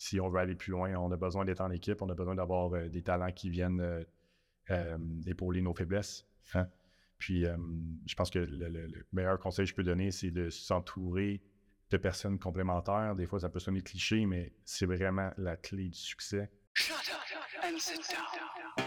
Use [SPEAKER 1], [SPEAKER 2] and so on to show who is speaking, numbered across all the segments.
[SPEAKER 1] si on veut aller plus loin, on a besoin d'être en équipe, on a besoin d'avoir des talents qui viennent épauler nos faiblesses. Hein? Puis, je pense que le meilleur conseil que je peux donner, c'est de s'entourer de personnes complémentaires. Des fois, ça peut sonner cliché, mais c'est vraiment la clé du succès.
[SPEAKER 2] Shut up and sit down.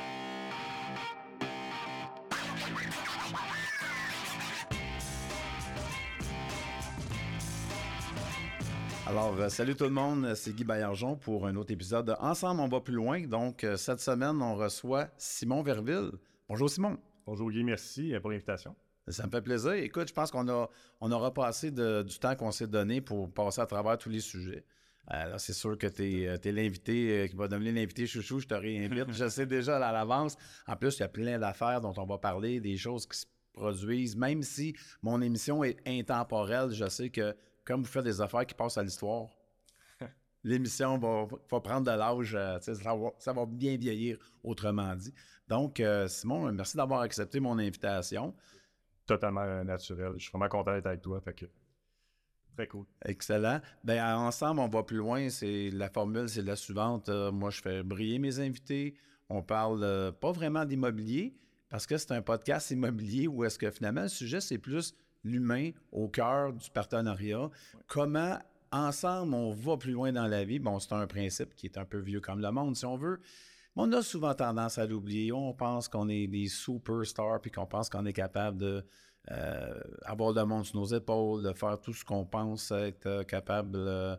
[SPEAKER 3] Alors, salut tout le monde, c'est Guy Baillargeon pour un autre épisode de Ensemble, on va plus loin. Donc, cette semaine, on reçoit Simon Verville. Bonjour Simon.
[SPEAKER 1] Bonjour Guy, merci pour l'invitation.
[SPEAKER 3] Ça me fait plaisir. Écoute, je pense qu'on aura passé du temps qu'on s'est donné pour passer à travers tous les sujets. Là, c'est sûr que tu es l'invité qui va devenir l'invité chouchou, je te réinvite. Je sais déjà à l'avance. En plus, il y a plein d'affaires dont on va parler, des choses qui se produisent. Même si mon émission est intemporelle, je sais que comme vous faites des affaires qui passent à l'histoire, l'émission va prendre de l'âge, ça va bien vieillir, autrement dit. Donc, Simon, merci d'avoir accepté mon invitation.
[SPEAKER 1] Totalement naturel. Je suis vraiment content d'être avec toi. Fait que très cool.
[SPEAKER 3] Excellent. Bien, ensemble, on va plus loin. La formule, c'est la suivante. Moi, je fais briller mes invités. On parle pas vraiment d'immobilier parce que c'est un podcast immobilier où est-ce que finalement, le sujet, c'est plus l'humain au cœur du partenariat. Ouais. Comment, ensemble, on va plus loin dans la vie. Bon, c'est un principe qui est un peu vieux comme le monde, si on veut. Mais on a souvent tendance à l'oublier. On pense qu'on est des superstars puis qu'on pense qu'on est capable de avoir le monde sur nos épaules, de faire tout ce qu'on pense être capable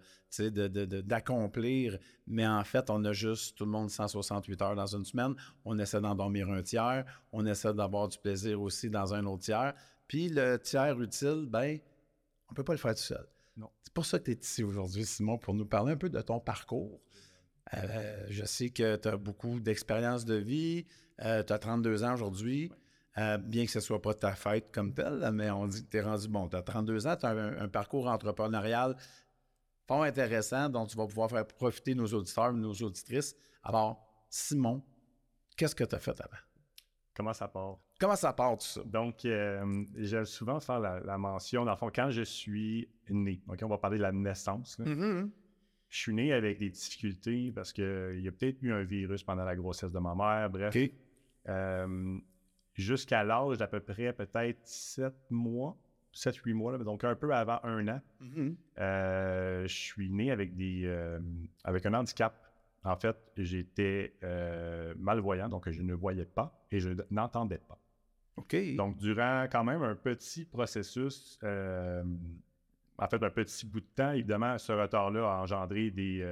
[SPEAKER 3] d'accomplir. Mais en fait, on a juste tout le monde 168 heures dans une semaine. On essaie d'en dormir un tiers. On essaie d'avoir du plaisir aussi dans un autre tiers. Puis le tiers utile, ben, on ne peut pas le faire tout seul.
[SPEAKER 1] Non.
[SPEAKER 3] C'est pour ça que tu es ici aujourd'hui, Simon, pour nous parler un peu de ton parcours. Je sais que tu as beaucoup d'expérience de vie. Tu as 32 ans aujourd'hui. Oui. Bien que ce ne soit pas ta fête comme telle, mais on dit que tu es rendu bon. Tu as 32 ans, tu as un parcours entrepreneurial fort intéressant dont tu vas pouvoir faire profiter nos auditeurs, nos auditrices. Alors, Simon, qu'est-ce que tu as fait avant?
[SPEAKER 1] Comment ça part?
[SPEAKER 3] Comment ça part, tout ça?
[SPEAKER 1] Donc, j'aime souvent faire la mention, dans le fond, quand je suis né. OK, on va parler de la naissance.
[SPEAKER 3] Mm-hmm.
[SPEAKER 1] Je suis né avec des difficultés parce qu'il y a peut-être eu un virus pendant la grossesse de ma mère. Bref,
[SPEAKER 3] okay.
[SPEAKER 1] Jusqu'à l'âge d'à peu près peut-être 7-8 mois, là, donc un peu avant 1 an, je suis né avec un handicap. En fait, j'étais malvoyant, donc je ne voyais pas et je n'entendais pas.
[SPEAKER 3] OK.
[SPEAKER 1] Donc, durant quand même un petit processus, en fait, un petit bout de temps, évidemment, ce retard-là a engendré des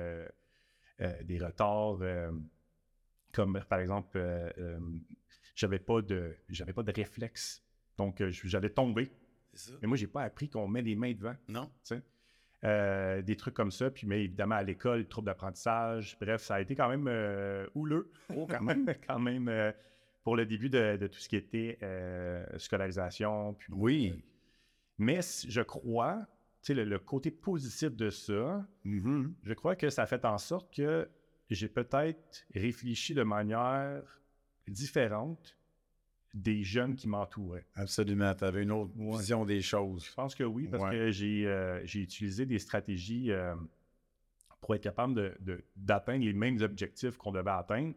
[SPEAKER 1] retards, comme par exemple, j'avais pas de réflexe, donc j'allais tomber.
[SPEAKER 3] C'est ça.
[SPEAKER 1] Mais moi, j'ai pas appris qu'on met les mains devant.
[SPEAKER 3] Non.
[SPEAKER 1] Des trucs comme ça, puis mais évidemment à l'école, troubles d'apprentissage, bref, ça a été quand même houleux.
[SPEAKER 3] Oh, quand même.
[SPEAKER 1] Quand même, pour le début de tout ce qui était scolarisation. Puis,
[SPEAKER 3] oui.
[SPEAKER 1] Mais je crois, tu sais, le côté positif de ça, je crois que ça fait en sorte que j'ai peut-être réfléchi de manière différente des jeunes qui m'entouraient.
[SPEAKER 3] Absolument. Tu avais une autre vision des choses.
[SPEAKER 1] Je pense que oui, parce que j'ai utilisé des stratégies pour être capable d'atteindre les mêmes objectifs qu'on devait atteindre.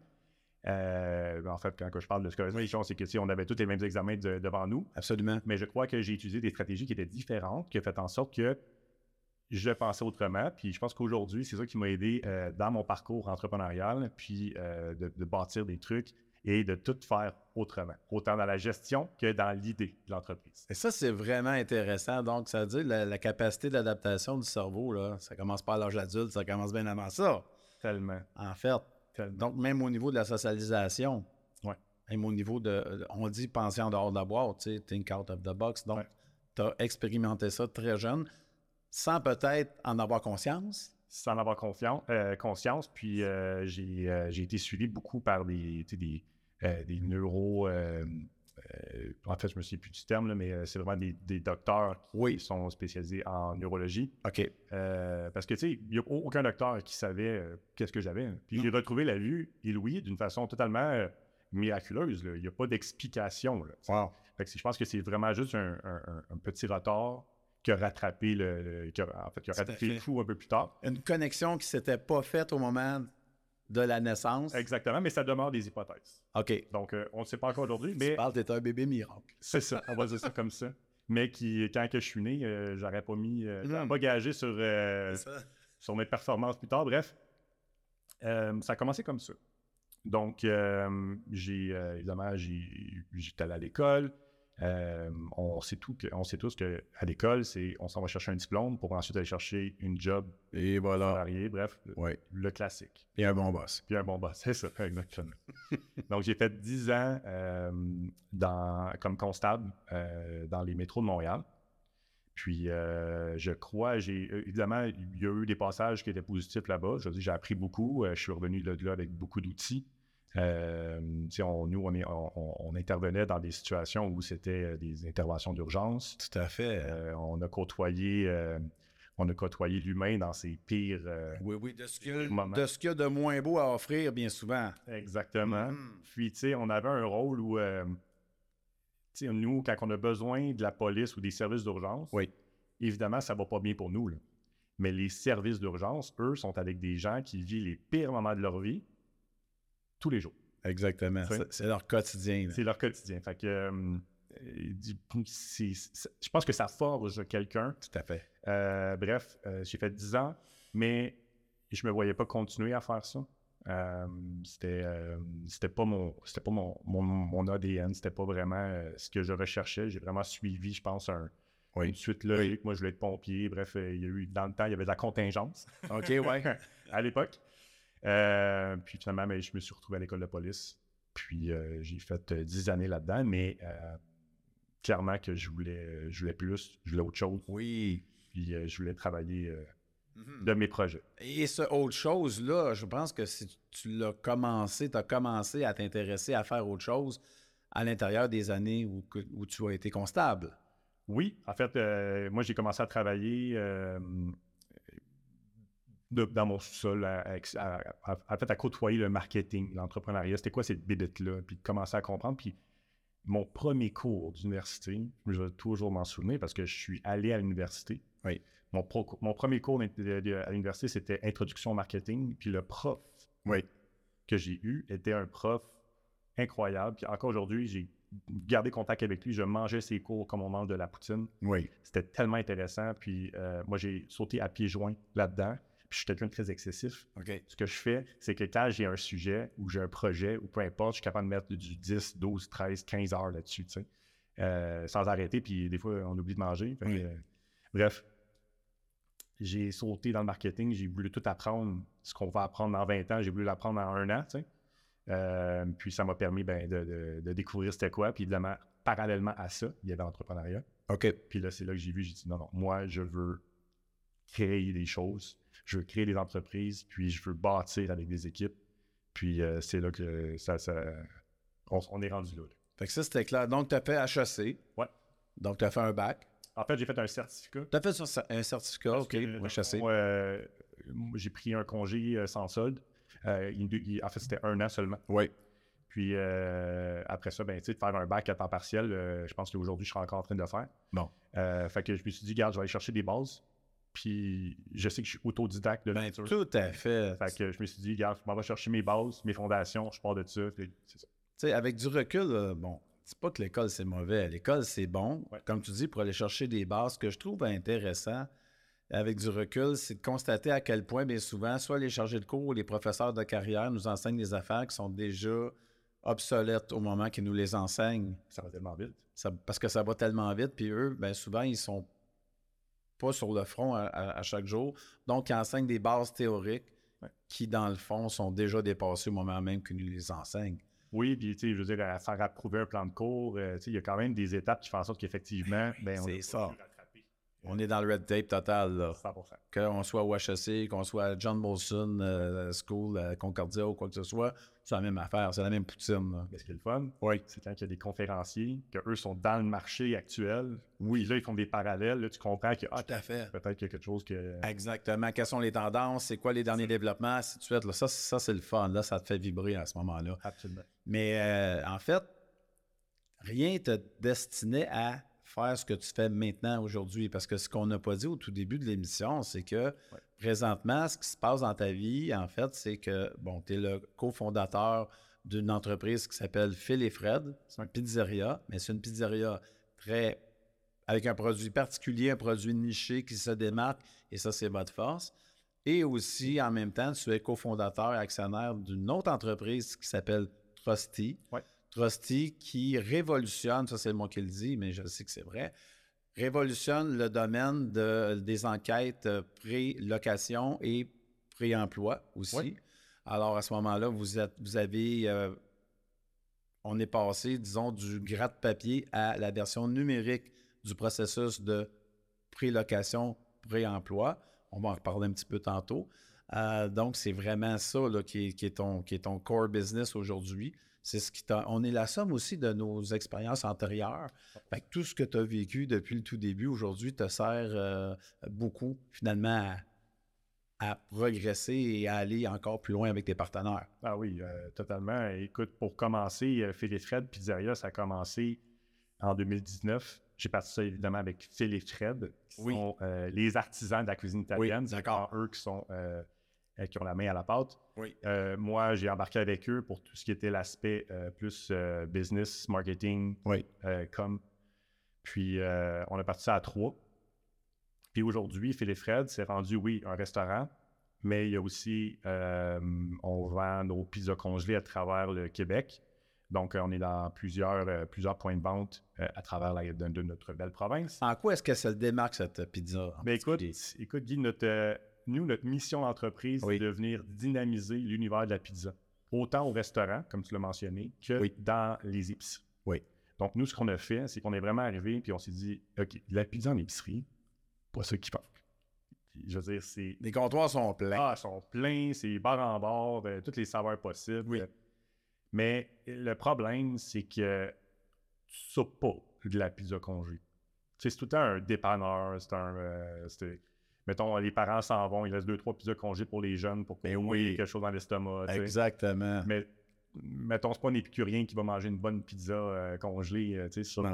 [SPEAKER 1] En fait, quand je parle de scolarisation, c'est que on avait tous les mêmes examens devant nous.
[SPEAKER 3] Absolument.
[SPEAKER 1] Mais je crois que j'ai utilisé des stratégies qui étaient différentes, qui ont fait en sorte que je pensais autrement. Puis je pense qu'aujourd'hui, c'est ça qui m'a aidé dans mon parcours entrepreneurial, puis de bâtir des trucs et de tout faire autrement, autant dans la gestion que dans l'idée de l'entreprise.
[SPEAKER 3] Et ça, c'est vraiment intéressant. Donc, ça veut dire la capacité d'adaptation du cerveau, là, ça commence pas à l'âge adulte, ça commence bien avant ça.
[SPEAKER 1] Tellement.
[SPEAKER 3] En fait.
[SPEAKER 1] Tellement.
[SPEAKER 3] Donc, même au niveau de la socialisation, même au niveau on dit penser en dehors de la boîte, tu sais, think out of the box. Donc, tu as expérimenté ça très jeune, sans peut-être en avoir conscience.
[SPEAKER 1] Sans en avoir conscience, puis j'ai été suivi beaucoup par des neuro... en fait, je me souviens plus du terme, là, mais c'est vraiment des docteurs qui sont spécialisés en neurologie.
[SPEAKER 3] OK.
[SPEAKER 1] Parce que, tu sais, il n'y a aucun docteur qui savait qu'est-ce que j'avais. Puis j'ai retrouvé la vue et l'ouïe d'une façon totalement miraculeuse. Là. Il n'y a pas d'explication. Là,
[SPEAKER 3] wow.
[SPEAKER 1] Fait que je pense que c'est vraiment juste un petit retard qui a rattrapé qui a rattrapé le coup un peu plus tard.
[SPEAKER 3] Une connexion qui ne s'était pas faite au moment de la naissance.
[SPEAKER 1] Exactement, mais ça demeure des hypothèses.
[SPEAKER 3] OK.
[SPEAKER 1] Donc, on ne sait pas encore aujourd'hui, mais
[SPEAKER 3] Tu parles, t'es un bébé miracle.
[SPEAKER 1] c'est ça, on va dire ça comme ça. Mais quand que je suis né, j'aurais pas gagé sur mes performances plus tard. Bref, ça a commencé comme ça. Donc, évidemment, j'étais allé à l'école. On sait tous qu'à l'école, on s'en va chercher un diplôme pour ensuite aller chercher une job
[SPEAKER 3] Et voilà.
[SPEAKER 1] salarié. Bref,
[SPEAKER 3] Oui.
[SPEAKER 1] le classique.
[SPEAKER 3] Et un bon boss.
[SPEAKER 1] Puis un bon boss, c'est ça, exactement. Donc, j'ai fait 10 ans comme constable dans les métros de Montréal. Puis, je crois, évidemment, il y a eu des passages qui étaient positifs là-bas. Je veux dire, j'ai appris beaucoup. Je suis revenu de là avec beaucoup d'outils. On intervenait dans des situations où c'était des interventions d'urgence.
[SPEAKER 3] Tout à fait.
[SPEAKER 1] On a côtoyé l'humain dans ses pires
[SPEAKER 3] Oui, de ce qu'il
[SPEAKER 1] moments.
[SPEAKER 3] y a de moins beau à offrir, bien souvent.
[SPEAKER 1] Exactement. Puis, on avait un rôle où, nous, quand on a besoin de la police ou des services d'urgence,
[SPEAKER 3] Oui.
[SPEAKER 1] évidemment, ça va pas bien pour nous, là. Mais les services d'urgence, eux, sont avec des gens qui vivent les pires moments de leur vie tous les jours.
[SPEAKER 3] Exactement. C'est leur quotidien. Là.
[SPEAKER 1] C'est leur quotidien. Fait que je pense que ça forge quelqu'un.
[SPEAKER 3] Tout à fait.
[SPEAKER 1] Bref, j'ai fait 10 ans, mais je me voyais pas continuer à faire ça. C'était pas mon ADN, c'était pas vraiment ce que je recherchais. J'ai vraiment suivi, je pense, une suite logique. Moi, je voulais être pompier. Bref, dans le temps, il y avait de la contingence.
[SPEAKER 3] OK, ouais.
[SPEAKER 1] À l'époque. Puis finalement, je me suis retrouvé à l'école de police. Puis j'ai fait 10 années là-dedans, mais clairement que je voulais plus, je voulais autre chose.
[SPEAKER 3] Oui.
[SPEAKER 1] Puis je voulais travailler de mes projets.
[SPEAKER 3] Et ce autre chose-là, je pense que si tu as commencé à t'intéresser à faire autre chose à l'intérieur des années où tu as été constable.
[SPEAKER 1] Oui, en fait, moi, j'ai commencé à travailler dans mon sous-sol, à côtoyer le marketing, l'entrepreneuriat. C'était quoi cette bébête-là? Puis de commencer à comprendre. Puis mon premier cours d'université, je vais toujours m'en souvenir parce que je suis allé à l'université.
[SPEAKER 3] Oui.
[SPEAKER 1] Mon premier cours à l'université, c'était Introduction au marketing. Puis le prof que j'ai eu était un prof incroyable. Puis encore aujourd'hui, j'ai gardé contact avec lui. Je mangeais ses cours comme on mange de la poutine.
[SPEAKER 3] Oui.
[SPEAKER 1] C'était tellement intéressant. Puis moi, j'ai sauté à pieds joints là-dedans. Puis je suis quelqu'un de très excessif.
[SPEAKER 3] OK.
[SPEAKER 1] Ce que je fais, c'est que quand j'ai un sujet ou j'ai un projet ou peu importe, je suis capable de mettre du 10, 12, 13, 15 heures là-dessus, tu sais, sans arrêter. Puis des fois, on oublie de manger. Fait que, bref, j'ai sauté dans le marketing. J'ai voulu tout apprendre. Ce qu'on va apprendre en 20 ans, j'ai voulu l'apprendre en 1 an, tu sais. Puis ça m'a permis de découvrir c'était quoi. Puis évidemment, parallèlement à ça, il y avait l'entrepreneuriat.
[SPEAKER 3] OK.
[SPEAKER 1] Puis là, c'est là que j'ai dit non, moi, je veux créer des choses. Je veux créer des entreprises, puis je veux bâtir avec des équipes. Puis c'est là que on est rendu là.
[SPEAKER 3] Fait que ça, c'était clair. Donc, tu as fait HEC.
[SPEAKER 1] Ouais.
[SPEAKER 3] Donc, tu as fait un bac.
[SPEAKER 1] En fait, j'ai fait un certificat.
[SPEAKER 3] Tu as fait un certificat, OK, HEC.
[SPEAKER 1] J'ai pris un congé sans solde. En fait, c'était 1 an seulement.
[SPEAKER 3] Oui.
[SPEAKER 1] Puis après ça, ben, tu sais, de faire un bac à temps partiel, je pense qu'aujourd'hui, je serai encore en train de le faire.
[SPEAKER 3] Bon.
[SPEAKER 1] Fait que je me suis dit, regarde, je vais aller chercher des bases. Puis je sais que je suis autodidacte de nature.
[SPEAKER 3] Tout à fait.
[SPEAKER 1] Fait que je me suis dit, regarde, je m'en vais chercher mes bases, mes fondations, je pars de ça. C'est ça.
[SPEAKER 3] Tu sais, avec du recul, bon, c'est pas que l'école, c'est mauvais. L'école, c'est bon.
[SPEAKER 1] Ouais.
[SPEAKER 3] Comme tu dis, pour aller chercher des bases, ce que je trouve intéressant avec du recul, c'est de constater à quel point, bien souvent, soit les chargés de cours ou les professeurs de carrière nous enseignent des affaires qui sont déjà obsolètes au moment qu'ils nous les enseignent.
[SPEAKER 1] Ça va tellement vite.
[SPEAKER 3] Parce que ça va tellement vite, puis eux, bien souvent, ils sont pas sur le front à chaque jour. Donc, ils enseignent des bases théoriques qui, dans le fond, sont déjà dépassées au moment même qu'ils nous les enseignent.
[SPEAKER 1] Oui, puis, tu sais, je veux dire, à faire approuver un plan de cours, tu sais, il y a quand même des étapes qui font en sorte qu'effectivement, ben,
[SPEAKER 3] c'est ça. On est dans le red tape total, là.
[SPEAKER 1] 100%.
[SPEAKER 3] Qu'on soit au HEC, qu'on soit à John Molson School, à Concordia ou quoi que ce soit, c'est la même affaire, c'est la même poutine, là.
[SPEAKER 1] Mais ce qui est le fun,
[SPEAKER 3] Oui.
[SPEAKER 1] c'est quand il y a des conférenciers, qu'eux sont dans le marché actuel. Oui. Là, ils font des parallèles. Là, tu comprends que
[SPEAKER 3] Tout à fait.
[SPEAKER 1] peut-être qu'il y a quelque chose que...
[SPEAKER 3] Exactement. Quelles sont les tendances? C'est quoi les derniers développements? Ainsi de suite. Là, ça, c'est le fun. Là, ça te fait vibrer à ce moment-là.
[SPEAKER 1] Absolument.
[SPEAKER 3] Mais en fait, rien ne te destinait à faire ce que tu fais maintenant, aujourd'hui. Parce que ce qu'on n'a pas dit au tout début de l'émission, c'est que présentement, ce qui se passe dans ta vie, en fait, c'est que, bon, tu es le cofondateur d'une entreprise qui s'appelle Phil et Fred. C'est une pizzeria, mais c'est une pizzeria avec un produit particulier, un produit niché qui se démarque, et ça, c'est votre force. Et aussi, en même temps, tu es cofondateur et actionnaire d'une autre entreprise qui s'appelle Trusty.
[SPEAKER 1] Ouais.
[SPEAKER 3] Trusty qui révolutionne, ça c'est le mot qu'il dit, mais je sais que c'est vrai, révolutionne le domaine des enquêtes pré-location et pré-emploi aussi.
[SPEAKER 1] Oui.
[SPEAKER 3] Alors, à ce moment-là, on est passé, disons, du gratte-papier à la version numérique du processus de pré-location, pré-emploi. On va en reparler un petit peu tantôt. Donc, c'est vraiment ça là, qui est ton core business aujourd'hui. C'est ce qui on est la somme aussi de nos expériences antérieures. Fait que tout ce que tu as vécu depuis le tout début, aujourd'hui, te sert beaucoup, finalement, à progresser et à aller encore plus loin avec tes partenaires.
[SPEAKER 1] Ah oui, totalement. Écoute, pour commencer, Phil et Fred Pizzeria, ça a commencé en 2019. J'ai parti ça évidemment avec Phil et Fred, qui sont les artisans de la cuisine italienne.
[SPEAKER 3] Oui, d'accord.
[SPEAKER 1] C'est eux qui ont la main à la pâte.
[SPEAKER 3] Oui.
[SPEAKER 1] Moi, j'ai embarqué avec eux pour tout ce qui était l'aspect plus business, marketing, com. Puis, on a parti ça à 3. Puis aujourd'hui, Phil et Fred, c'est rendu, un restaurant, mais il y a aussi, on vend nos pizzas congelées à travers le Québec. Donc, on est dans plusieurs points de vente à travers de notre belle province.
[SPEAKER 3] En quoi est-ce que ça démarque, cette pizza?
[SPEAKER 1] Écoute, Guy, notre mission d'entreprise, c'est de venir dynamiser l'univers de la pizza. Autant au restaurant, comme tu l'as mentionné, que dans les épiceries.
[SPEAKER 3] Oui.
[SPEAKER 1] Donc, nous, ce qu'on a fait, c'est qu'on est vraiment arrivé puis on s'est dit, OK, la pizza en épicerie, pas ça qui manque. Je veux dire, c'est...
[SPEAKER 3] Les comptoirs sont pleins.
[SPEAKER 1] Ah, ils sont pleins, c'est bar en bar, toutes les saveurs possibles.
[SPEAKER 3] Oui.
[SPEAKER 1] Mais le problème, c'est que tu soupes pas de la pizza congelée. Tu sais, c'est tout le temps un dépanneur, mettons, les parents s'en vont, ils laissent 2-3 pizzas congelées pour les jeunes pour qu'il y ait quelque chose dans l'estomac.
[SPEAKER 3] Exactement.
[SPEAKER 1] Mais mettons, c'est pas un épicurien qui va manger une bonne pizza congelée, tu sais,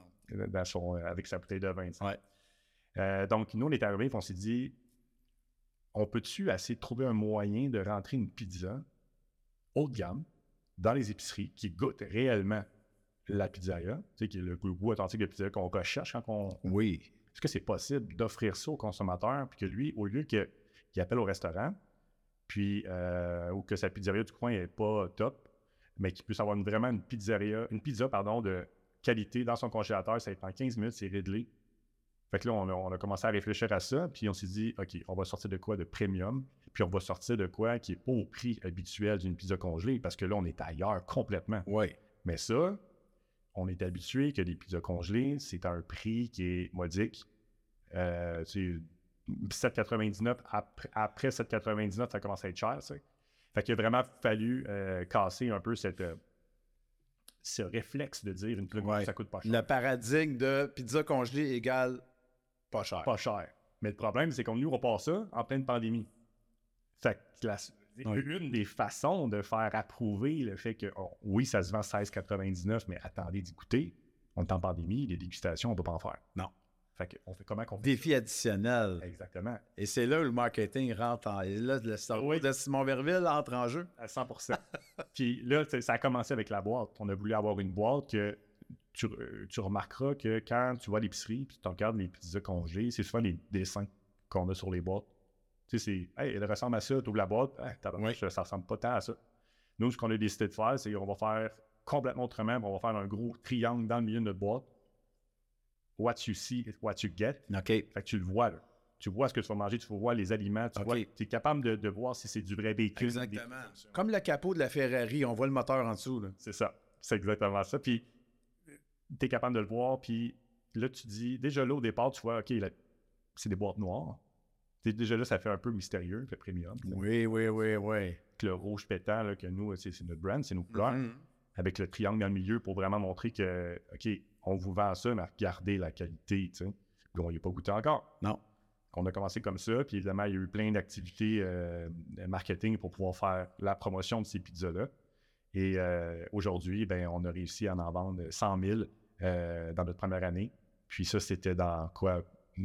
[SPEAKER 1] avec sa bouteille de vin. Donc, nous, on est arrivés et on s'est dit, on peut-tu essayer de trouver un moyen de rentrer une pizza haut de gamme dans les épiceries qui goûte réellement la pizzeria, tu sais, qui est le goût authentique de pizzeria qu'on recherche quand on...
[SPEAKER 3] Oui.
[SPEAKER 1] Est-ce que c'est possible d'offrir ça au consommateur puis que lui, au lieu qu'il appelle au restaurant, puis ou que sa pizzeria du coin n'est pas top, mais qu'il puisse avoir vraiment une pizza de qualité dans son congélateur, ça prend 15 minutes, c'est réglé. Fait que là, on a commencé à réfléchir à ça, puis on s'est dit, OK, on va sortir de quoi de premium, puis on va sortir de quoi qui n'est pas au prix habituel d'une pizza congelée, parce que là, on est ailleurs complètement.
[SPEAKER 3] Oui.
[SPEAKER 1] Mais ça, on est habitué que les pizzas congelées, c'est à un prix qui est modique. 7,99, après 7,99, ça commence à être cher, ça. Fait qu'il a vraiment fallu casser un peu ce réflexe de dire une pizza ça coûte pas cher.
[SPEAKER 3] Le paradigme de pizza congelée égale pas cher.
[SPEAKER 1] Pas cher. Mais le problème, c'est qu'on nous repart ça en pleine pandémie. Fait que une des façons de faire approuver le fait que, oui, ça se vend 16,99, mais attendez d'y goûter. On est en pandémie, les dégustations, on ne peut pas en faire.
[SPEAKER 3] Non.
[SPEAKER 1] Fait qu'on fait comment qu'on fait
[SPEAKER 3] Défi additionnel.
[SPEAKER 1] Exactement.
[SPEAKER 3] Et c'est là où le marketing rentre en... Et là, le cerveau de Simon Verville entre en jeu.
[SPEAKER 1] À 100%. Puis là, ça a commencé avec la boîte. On a voulu avoir une boîte que tu remarqueras que quand tu vas à l'épicerie puis tu regardes les pizzas congelées, c'est souvent les dessins qu'on a sur les boîtes. Tu sais, c'est « Hey, elle ressemble à ça, tu ouvres la boîte. Ça ressemble pas tant à ça. » Nous, ce qu'on a décidé de faire, c'est qu'on va faire complètement autrement. On va faire un gros triangle dans le milieu de notre boîte. What you see is what you get.
[SPEAKER 3] OK.
[SPEAKER 1] Fait que tu le vois, là. Tu vois ce que tu vas manger, tu vois les aliments, tu es capable de voir si c'est du vrai bacon.
[SPEAKER 3] Exactement. Comme le capot de la Ferrari, on voit le moteur en dessous. Là.
[SPEAKER 1] C'est ça. C'est exactement ça. Puis, tu es capable de le voir. Puis là, tu dis, déjà là, au départ, tu vois, OK, là, c'est des boîtes noires. Déjà là, ça fait un peu mystérieux, le premium.
[SPEAKER 3] Oui.
[SPEAKER 1] Avec le rouge pétant, là, que nous, c'est notre brand, c'est nos couleurs. Avec le triangle dans le milieu pour vraiment montrer que, OK, on vous vend ça, mais regardez la qualité, tu sais. Puis on n'y a pas goûté encore.
[SPEAKER 3] Non.
[SPEAKER 1] On a commencé comme ça, puis évidemment, il y a eu plein d'activités marketing pour pouvoir faire la promotion de ces pizzas-là. Et aujourd'hui, on a réussi à en vendre 100 000 dans notre première année. Puis ça, c'était dans quoi,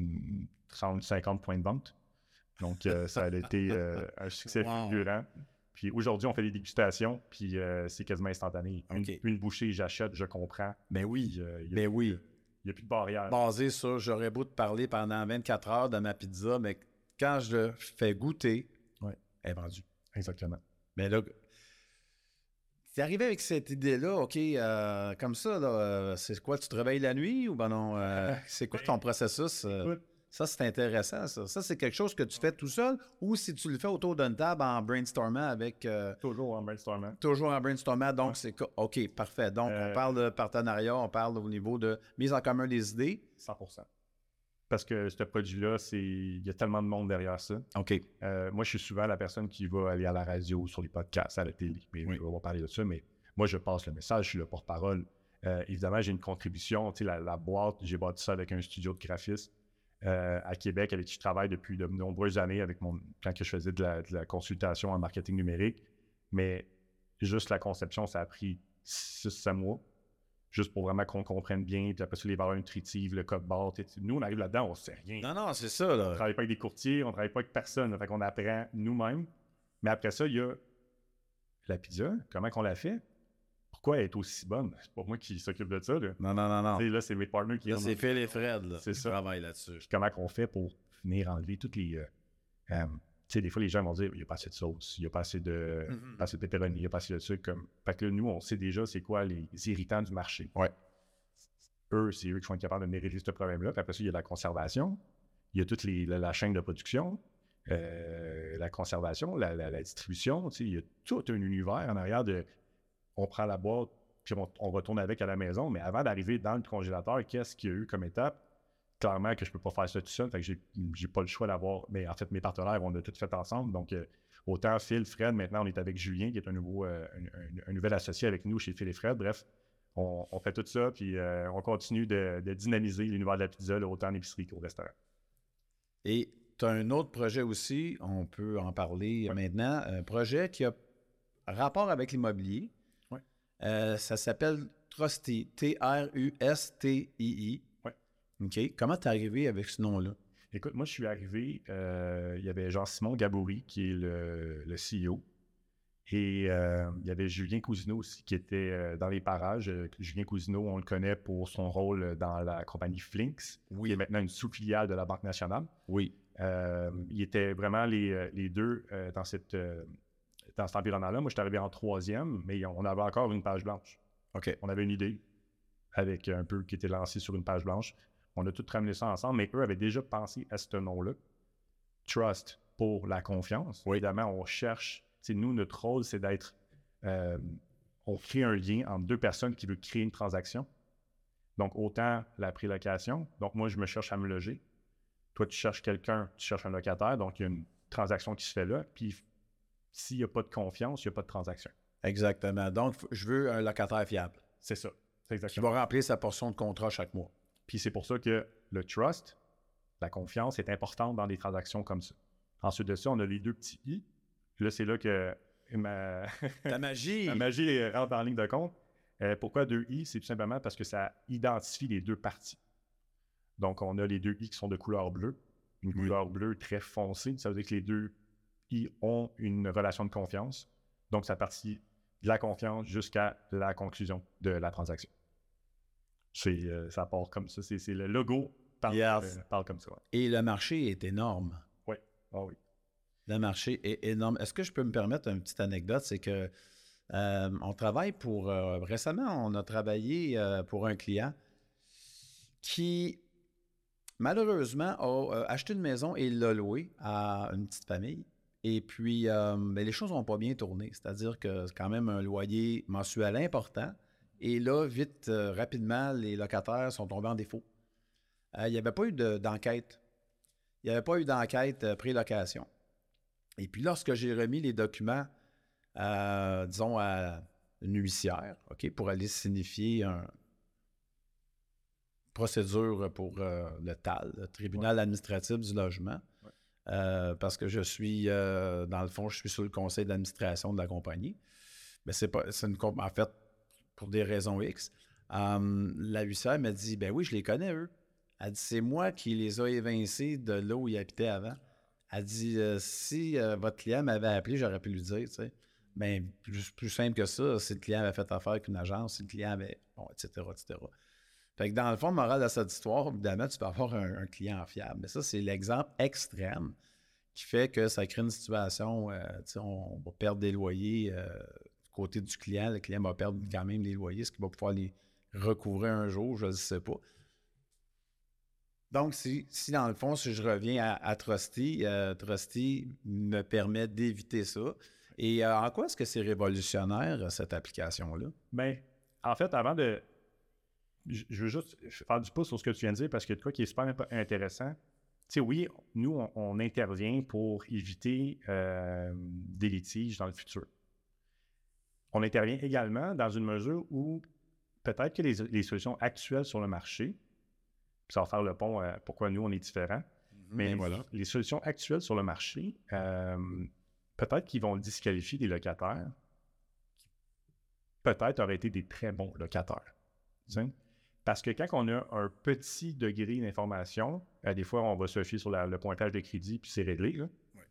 [SPEAKER 1] 30-50 points de vente. Donc, ça a été un succès fulgurant. Puis aujourd'hui, on fait des dégustations, puis c'est quasiment instantané. Une bouchée, j'achète, je comprends.
[SPEAKER 3] Ben oui,
[SPEAKER 1] Il n'y a plus de barrière.
[SPEAKER 3] Basé sur, j'aurais beau te parler pendant 24 heures de ma pizza, mais quand je le fais goûter, elle est vendue.
[SPEAKER 1] Exactement.
[SPEAKER 3] Mais là, t'es arrivé avec cette idée-là, OK, comme ça, là, c'est quoi, tu te réveilles la nuit ou ben non? C'est quoi ton processus? Ça, c'est intéressant, ça. Ça, c'est quelque chose que tu fais tout seul ou si tu le fais autour d'une table en brainstormant avec...
[SPEAKER 1] Toujours en brainstormant.
[SPEAKER 3] Toujours en brainstormant, donc c'est... OK, parfait. Donc, on parle de partenariat, on parle au niveau de mise en commun des idées.
[SPEAKER 1] 100%. Parce que ce produit-là, il y a tellement de monde derrière ça.
[SPEAKER 3] OK.
[SPEAKER 1] Moi, je suis souvent la personne qui va aller à la radio, sur les podcasts, à la télé. Mais on va parler de ça, mais moi, je passe le message, je suis le porte-parole. Évidemment, j'ai une contribution. Tu sais, la boîte, j'ai bâti ça avec un studio de graphisme à Québec, avec qui je travaille depuis de nombreuses années quand je faisais de la consultation en marketing numérique. Mais juste la conception, ça a pris 6-7 mois. Juste pour vraiment qu'on comprenne bien, puis après ça, les valeurs nutritives, le code barre. Nous, on arrive là-dedans, on ne sait rien.
[SPEAKER 3] Non, c'est ça, là.
[SPEAKER 1] On ne travaille pas avec des courtiers, on ne travaille pas avec personne. Là, fait qu'on apprend nous-mêmes. Mais après ça, il y a la pizza. Comment qu'on la fait? Pourquoi elle est aussi bonne? C'est pas moi qui s'occupe de ça. Là.
[SPEAKER 3] Non.
[SPEAKER 1] Là, c'est mes partners qui...
[SPEAKER 3] Là, c'est Phil et Fred, là.
[SPEAKER 1] C'est ça.
[SPEAKER 3] Travaillent là-dessus.
[SPEAKER 1] Comment qu'on fait pour venir enlever toutes les... tu sais, des fois, les gens vont dire, il n'y a pas assez de sauce, il n'y a pas assez de pepperoni, il n'y a pas assez de sucre. Fait que là, nous, on sait déjà c'est quoi les irritants du marché.
[SPEAKER 3] Ouais.
[SPEAKER 1] C'est eux qui sont capables de mériter ce problème-là. Puis après ça, il y a la conservation, il y a toute la chaîne de production, la conservation, la distribution. Tu sais, il y a tout un univers en arrière de... On prend la boîte, puis on retourne avec à la maison. Mais avant d'arriver dans le congélateur, qu'est-ce qu'il y a eu comme étape? Clairement que je ne peux pas faire ça tout seul, fait que j'ai pas le choix d'avoir... Mais en fait, mes partenaires, on a tout fait ensemble. Donc, autant Phil, Fred, maintenant, on est avec Julien, qui est un nouvel associé avec nous chez Phil et Fred. Bref, on fait tout ça, puis on continue de dynamiser l'univers de la pizza, là, autant en épicerie qu'au restaurant.
[SPEAKER 3] Et tu as un autre projet aussi, on peut en parler maintenant, un projet qui a rapport avec l'immobilier. Ça s'appelle Trustii, Trustii. OK. Comment t'es arrivé avec ce nom-là?
[SPEAKER 1] Écoute, moi, je suis arrivé, il y avait Jean-Simon Gaboury, qui est le CEO, et il y avait Julien Cousineau aussi, qui était dans les parages. Julien Cousineau, on le connaît pour son rôle dans la compagnie Flinks, qui est maintenant une sous-filiale de la Banque nationale.
[SPEAKER 3] Oui.
[SPEAKER 1] Ils étaient vraiment les deux dans cet environnement-là. Moi, je suis arrivé en 3e, mais on avait encore une page blanche.
[SPEAKER 3] OK.
[SPEAKER 1] On avait une idée avec un peu qui était lancée sur une page blanche. On a tout ramené ça ensemble, mais eux avaient déjà pensé à ce nom-là. Trust pour la confiance.
[SPEAKER 3] Oui.
[SPEAKER 1] Évidemment, on cherche... Nous, notre rôle, c'est d'être... on crée un lien entre deux personnes qui veulent créer une transaction. Donc, autant la prélocation. Donc, moi, je me cherche à me loger. Toi, tu cherches quelqu'un, tu cherches un locataire. Donc, il y a une transaction qui se fait là. Puis, s'il n'y a pas de confiance, il n'y a pas de transaction.
[SPEAKER 3] Exactement. Donc, je veux un locataire fiable.
[SPEAKER 1] C'est ça. C'est exactement.
[SPEAKER 3] Qui va remplir sa portion de contrat chaque mois.
[SPEAKER 1] Puis c'est pour ça que le trust, la confiance, est importante dans des transactions comme ça. Ensuite de ça, on a les deux petits i. Là, c'est là que
[SPEAKER 3] Ta magie!
[SPEAKER 1] ma magie rentre en ligne de compte. Pourquoi 2 i? C'est tout simplement parce que ça identifie les deux parties. Donc, on a les 2 i qui sont de couleur bleue. Une couleur bleue très foncée. Ça veut dire que les 2 i ont une relation de confiance. Donc, ça partit de la confiance jusqu'à la conclusion de la transaction. Ça part comme ça. C'est le logo parle comme ça. Ouais.
[SPEAKER 3] Et le marché est énorme.
[SPEAKER 1] Oui. Oh, oui.
[SPEAKER 3] Le marché est énorme. Est-ce que je peux me permettre une petite anecdote? C'est que on travaille pour... récemment, on a travaillé pour un client qui, malheureusement, a acheté une maison et l'a louée à une petite famille. Et puis, les choses n'ont pas bien tourné. C'est-à-dire que c'est quand même un loyer mensuel important. Et là, vite, rapidement, les locataires sont tombés en défaut. Il n'y avait pas eu d'enquête. Il n'y avait pas eu d'enquête pré-location. Et puis, lorsque j'ai remis les documents, disons, à une huissière, OK, pour aller signifier une procédure pour le TAL, le Tribunal administratif du logement, parce que je suis, dans le fond, je suis sur le conseil d'administration de la compagnie. Mais en fait, pour des raisons X, la huissière m'a dit, ben oui, je les connais, eux. Elle dit, c'est moi qui les ai évincés de là où ils habitaient avant. Elle dit, si votre client m'avait appelé, j'aurais pu lui dire, tu sais. Ben, plus simple que ça, si le client avait fait affaire avec une agence, si le client avait, bon, etc., etc. Fait que dans le fond, morale de cette histoire, évidemment, tu peux avoir un client fiable. Mais ça, c'est l'exemple extrême qui fait que ça crée une situation, tu sais, on va perdre des loyers du côté du client. Le client va perdre quand même les loyers, ce qu'il va pouvoir les recouvrir un jour, je ne sais pas. Donc, si dans le fond, si je reviens à Trusty, Trusty me permet d'éviter ça. Et en quoi est-ce que c'est révolutionnaire, cette application-là?
[SPEAKER 1] Bien, en fait, avant de... Je veux juste faire du pouce sur ce que tu viens de dire parce que de quoi qui est super intéressant. Tu sais, oui, nous, on intervient pour éviter des litiges dans le futur. On intervient également dans une mesure où peut-être que les solutions actuelles sur le marché, puis ça va faire le pont à pourquoi nous, on est différents, mais voilà, les solutions actuelles sur le marché, peut-être qu'ils vont disqualifier des locataires qui peut-être auraient été des très bons locataires. Tu sais? Parce que quand on a un petit degré d'information, des fois, on va se fier sur le pointage de crédit, puis c'est réglé. Là. Ouais.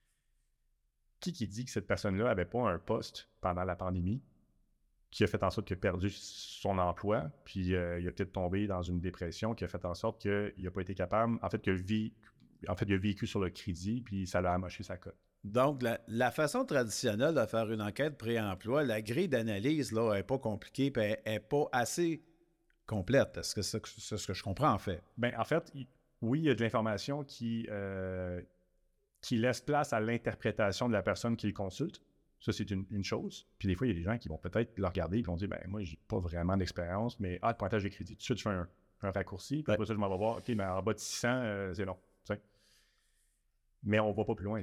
[SPEAKER 1] Qui dit que cette personne-là n'avait pas un poste pendant la pandémie, qui a fait en sorte qu'il a perdu son emploi, puis il a peut-être tombé dans une dépression, qui a fait en sorte qu'il n'a pas été capable, en fait, il a vécu sur le crédit, puis ça l'a amoché sa cote.
[SPEAKER 3] Donc, la façon traditionnelle de faire une enquête pré-emploi, la grille d'analyse, là, n'est pas compliquée, puis elle n'est pas assez complète. Est-ce que c'est ce que je comprends, en fait?
[SPEAKER 1] Bien, en fait, oui, il y a de l'information qui laisse place à l'interprétation de la personne qui le consulte. Ça, c'est une chose. Puis des fois, il y a des gens qui vont peut-être le regarder et vont dire, ben moi, j'ai pas vraiment d'expérience, mais le pointage de crédit, tout de suite, je fais un raccourci. Puis après ça, je m'en vais voir, OK, mais en bas de 600, c'est long. T'sais. Mais on va pas plus loin.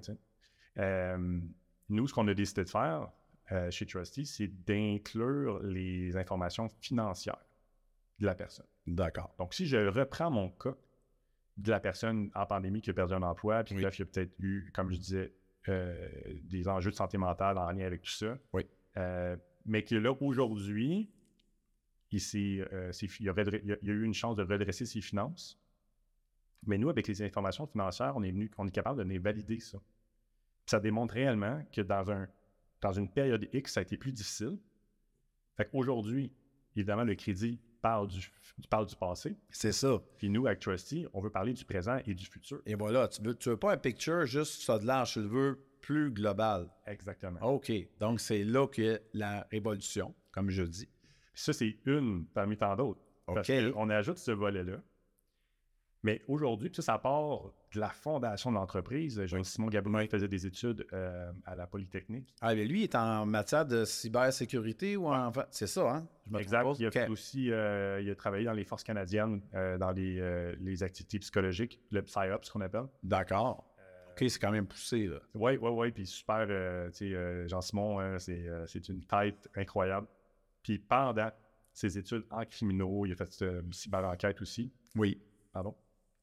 [SPEAKER 1] Nous, ce qu'on a décidé de faire chez Trusty, c'est d'inclure les informations financières de la personne.
[SPEAKER 3] D'accord.
[SPEAKER 1] Donc, si je reprends mon cas de la personne en pandémie qui a perdu un emploi, puis bref, il y a peut-être eu, comme je disais, des enjeux de santé mentale en lien avec tout ça.
[SPEAKER 3] Oui.
[SPEAKER 1] Mais que là, aujourd'hui, il y a eu une chance de redresser ses finances. Mais nous, avec les informations financières, on est capable de venir valider ça. Puis ça démontre réellement que dans une période X, ça a été plus difficile. Fait qu'aujourd'hui, évidemment, le crédit parle du passé.
[SPEAKER 3] C'est ça.
[SPEAKER 1] Puis nous, avec Trusty, on veut parler du présent et du futur.
[SPEAKER 3] Et voilà, tu veux pas un picture juste ça de large, tu le veux plus global.
[SPEAKER 1] Exactement.
[SPEAKER 3] OK. Donc, c'est là que la révolution, comme je dis.
[SPEAKER 1] Puis ça, c'est une parmi tant d'autres.
[SPEAKER 3] OK.
[SPEAKER 1] Parce qu'on ajoute ce volet-là. Mais aujourd'hui, ça part de la fondation de l'entreprise. Simon Gabouin faisait des études à la Polytechnique.
[SPEAKER 3] Ah, mais lui, il est en matière de cybersécurité ou en fait, c'est ça, hein?
[SPEAKER 1] Exact. Il a fait aussi, il a travaillé dans les forces canadiennes, dans les activités psychologiques, le PsyOps, ce qu'on appelle.
[SPEAKER 3] D'accord. OK, c'est quand même poussé, là.
[SPEAKER 1] Oui. Puis super, Jean-Simon, c'est une tête incroyable. Puis pendant ses études en criminaux, il a fait cyber-enquête aussi.
[SPEAKER 3] Oui.
[SPEAKER 1] Pardon.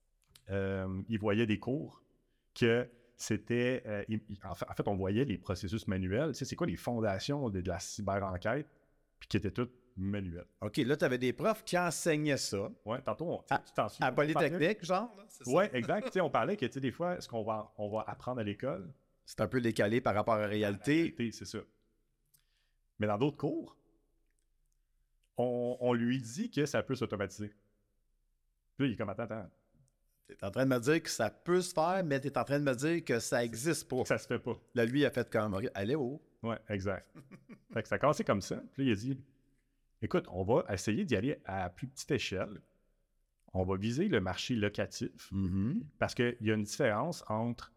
[SPEAKER 1] Il voyait des cours que c'était... en fait, on voyait les processus manuels. Tu sais, c'est quoi les fondations de la cyber-enquête, puis qui étaient toutes manuelles.
[SPEAKER 3] OK, là, tu avais des profs qui enseignaient ça.
[SPEAKER 1] Oui, tantôt, tu
[SPEAKER 3] t'en souviens? À Polytechnique, genre?
[SPEAKER 1] Oui, exact. Tu sais, on parlait que, tu sais, des fois, ce qu'on va apprendre à l'école...
[SPEAKER 3] C'est un peu décalé par rapport à la réalité.
[SPEAKER 1] C'est ça. Mais dans d'autres cours, on lui dit que ça peut s'automatiser. Puis là, il est comme, attends.
[SPEAKER 3] Tu es en train de me dire que ça peut se faire, mais tu es en train de me dire que ça n'existe pas.
[SPEAKER 1] Ça se fait pas.
[SPEAKER 3] Là, lui, il a fait comme, allez où?
[SPEAKER 1] Oui, exact. Fait que ça a commencé comme ça. Puis là, il a dit, écoute, on va essayer d'y aller à plus petite échelle. On va viser le marché locatif.
[SPEAKER 3] Mm-hmm. Parce
[SPEAKER 1] qu'il y a une différence entre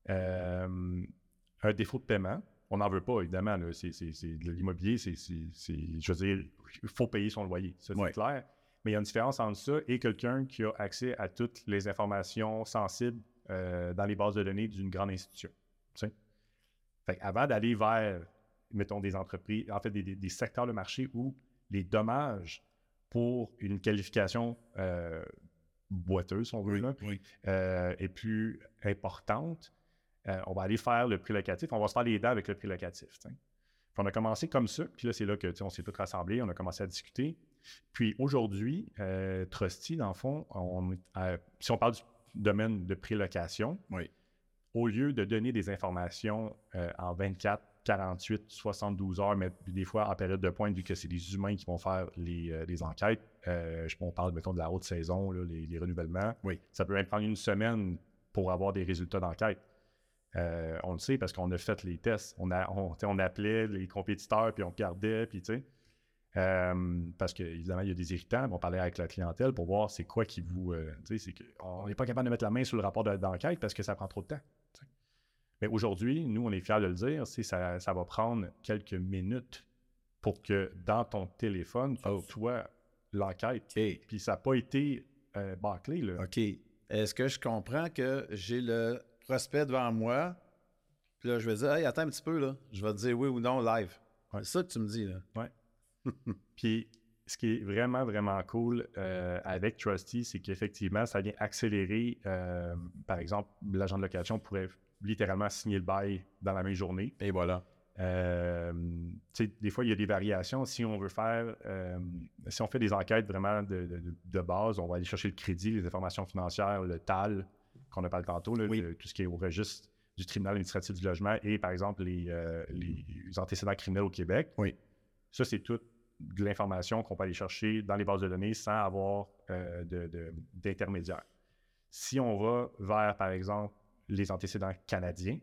[SPEAKER 1] un défaut de paiement. On n'en veut pas, évidemment. Là. C'est de l'immobilier, je veux dire, il faut payer son loyer. Ça, c'est clair. Mais il y a une différence entre ça et quelqu'un qui a accès à toutes les informations sensibles dans les bases de données d'une grande institution. Tu sais? Fait avant d'aller vers, mettons, des entreprises, en fait, des secteurs de marché où les dommages pour une qualification boiteuse, si on veut, est plus importante, on va aller faire le prix locatif. On va se faire les dents avec le prix locatif. Puis on a commencé comme ça. Puis là, c'est là que on s'est tous rassemblés. On a commencé à discuter. Puis aujourd'hui, Trusty, dans le fond, si on parle du domaine de prélocation,
[SPEAKER 3] Oui.
[SPEAKER 1] au lieu de donner des informations en 24, 48, 72 heures, mais des fois en période de pointe, vu que c'est des humains qui vont faire les enquêtes, on parle, mettons, de la haute saison, là, les renouvellements,
[SPEAKER 3] Oui.
[SPEAKER 1] ça peut même prendre une semaine pour avoir des résultats d'enquête. On le sait parce qu'on a fait les tests. On appelait les compétiteurs, puis on regardait, puis tu sais. Parce qu'évidemment, il y a des irritants. On parlait avec la clientèle pour voir c'est quoi qui vous... on n'est pas capable de mettre la main sur le rapport d'enquête parce que ça prend trop de temps. T'sais. Mais aujourd'hui, nous, on est fiers de le dire, ça va prendre quelques minutes pour que dans ton téléphone, tu reçois l'enquête.
[SPEAKER 3] OK.
[SPEAKER 1] Puis ça n'a pas été bâclé, là.
[SPEAKER 3] OK. Est-ce que je comprends que j'ai le prospect devant moi, puis là, je vais dire, hey, attends un petit peu, là. Je vais te dire oui ou non live.
[SPEAKER 1] Ouais.
[SPEAKER 3] C'est ça que tu me dis, là.
[SPEAKER 1] Ouais. Puis, ce qui est vraiment, vraiment cool avec Trusty, c'est qu'effectivement, ça vient accélérer, par exemple, l'agent de location pourrait littéralement signer le bail dans la même journée.
[SPEAKER 3] Et voilà.
[SPEAKER 1] Des fois, il y a des variations. Si on veut faire, si on fait des enquêtes vraiment de base, on va aller chercher le crédit, les informations financières, le TAL, qu'on a parlé tantôt, là,
[SPEAKER 3] Oui.
[SPEAKER 1] tout ce qui est au registre du tribunal administratif du logement et, par exemple, les antécédents criminels au Québec.
[SPEAKER 3] Oui.
[SPEAKER 1] Ça, c'est toute de l'information qu'on peut aller chercher dans les bases de données sans avoir d'intermédiaire. Si on va vers, par exemple, les antécédents canadiens,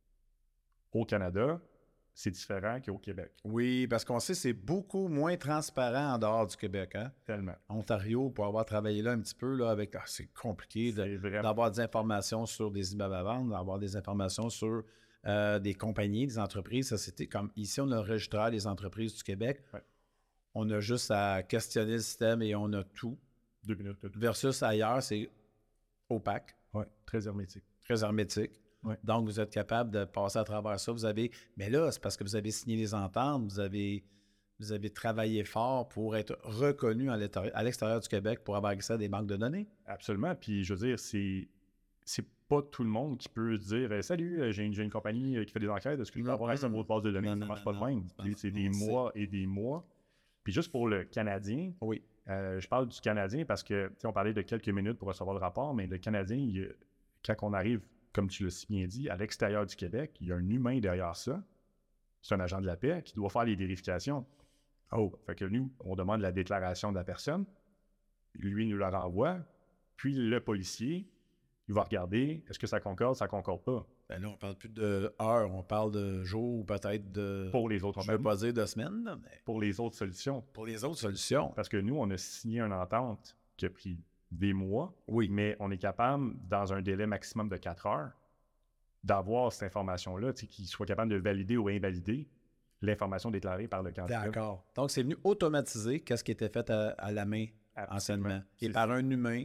[SPEAKER 1] au Canada, c'est différent qu'au Québec.
[SPEAKER 3] Oui, parce qu'on sait que c'est beaucoup moins transparent en dehors du Québec. Hein?
[SPEAKER 1] Tellement.
[SPEAKER 3] Ontario, pour avoir travaillé là un petit peu, là, avec c'est compliqué d'avoir des informations sur des immeubles à vendre, d'avoir des informations sur des compagnies, des entreprises, sociétés. Comme ici, on a le registraire des entreprises du Québec.
[SPEAKER 1] Ouais.
[SPEAKER 3] On a juste à questionner le système et on a tout.
[SPEAKER 1] 2 minutes. Tout.
[SPEAKER 3] Versus ailleurs, c'est opaque.
[SPEAKER 1] Oui, très hermétique.
[SPEAKER 3] Très hermétique.
[SPEAKER 1] Ouais.
[SPEAKER 3] Donc, vous êtes capable de passer à travers ça. Mais là, c'est parce que vous avez signé les ententes, vous avez travaillé fort pour être reconnu à l'extérieur du Québec pour avoir accès à des banques de données.
[SPEAKER 1] Absolument. Puis, je veux dire, c'est pas tout le monde qui peut dire « Salut, j'ai une compagnie qui fait des enquêtes, est-ce que je peux avoir accès à votre base de données? » Ça ne marche pas de même. C'est des mois et des mois. Puis juste pour le Canadien,
[SPEAKER 3] oui.
[SPEAKER 1] Je parle du Canadien parce que, on parlait de quelques minutes pour recevoir le rapport, mais le Canadien, quand on arrive, comme tu l'as si bien dit, à l'extérieur du Québec, il y a un humain derrière ça. C'est un agent de la paix qui doit faire les vérifications. Fait que nous, on demande la déclaration de la personne. Lui, il nous la renvoie. Puis le policier, il va regarder, est-ce que ça concorde pas?
[SPEAKER 3] Ben là, on parle plus de heures, on parle de jours ou peut-être de...
[SPEAKER 1] Pour les autres
[SPEAKER 3] je ne veux pas dire de semaines, là, mais...
[SPEAKER 1] Pour les autres solutions.
[SPEAKER 3] Pour les autres solutions.
[SPEAKER 1] Parce que nous, on a signé une entente qui a pris des mois,
[SPEAKER 3] oui.
[SPEAKER 1] Mais on est capable, dans un délai maximum de 4 heures, d'avoir cette information-là, qu'il soit capable de valider ou invalider l'information déclarée par le candidat.
[SPEAKER 3] D'accord. Donc, c'est venu automatiser ce qui était fait à la main anciennement. Et par un humain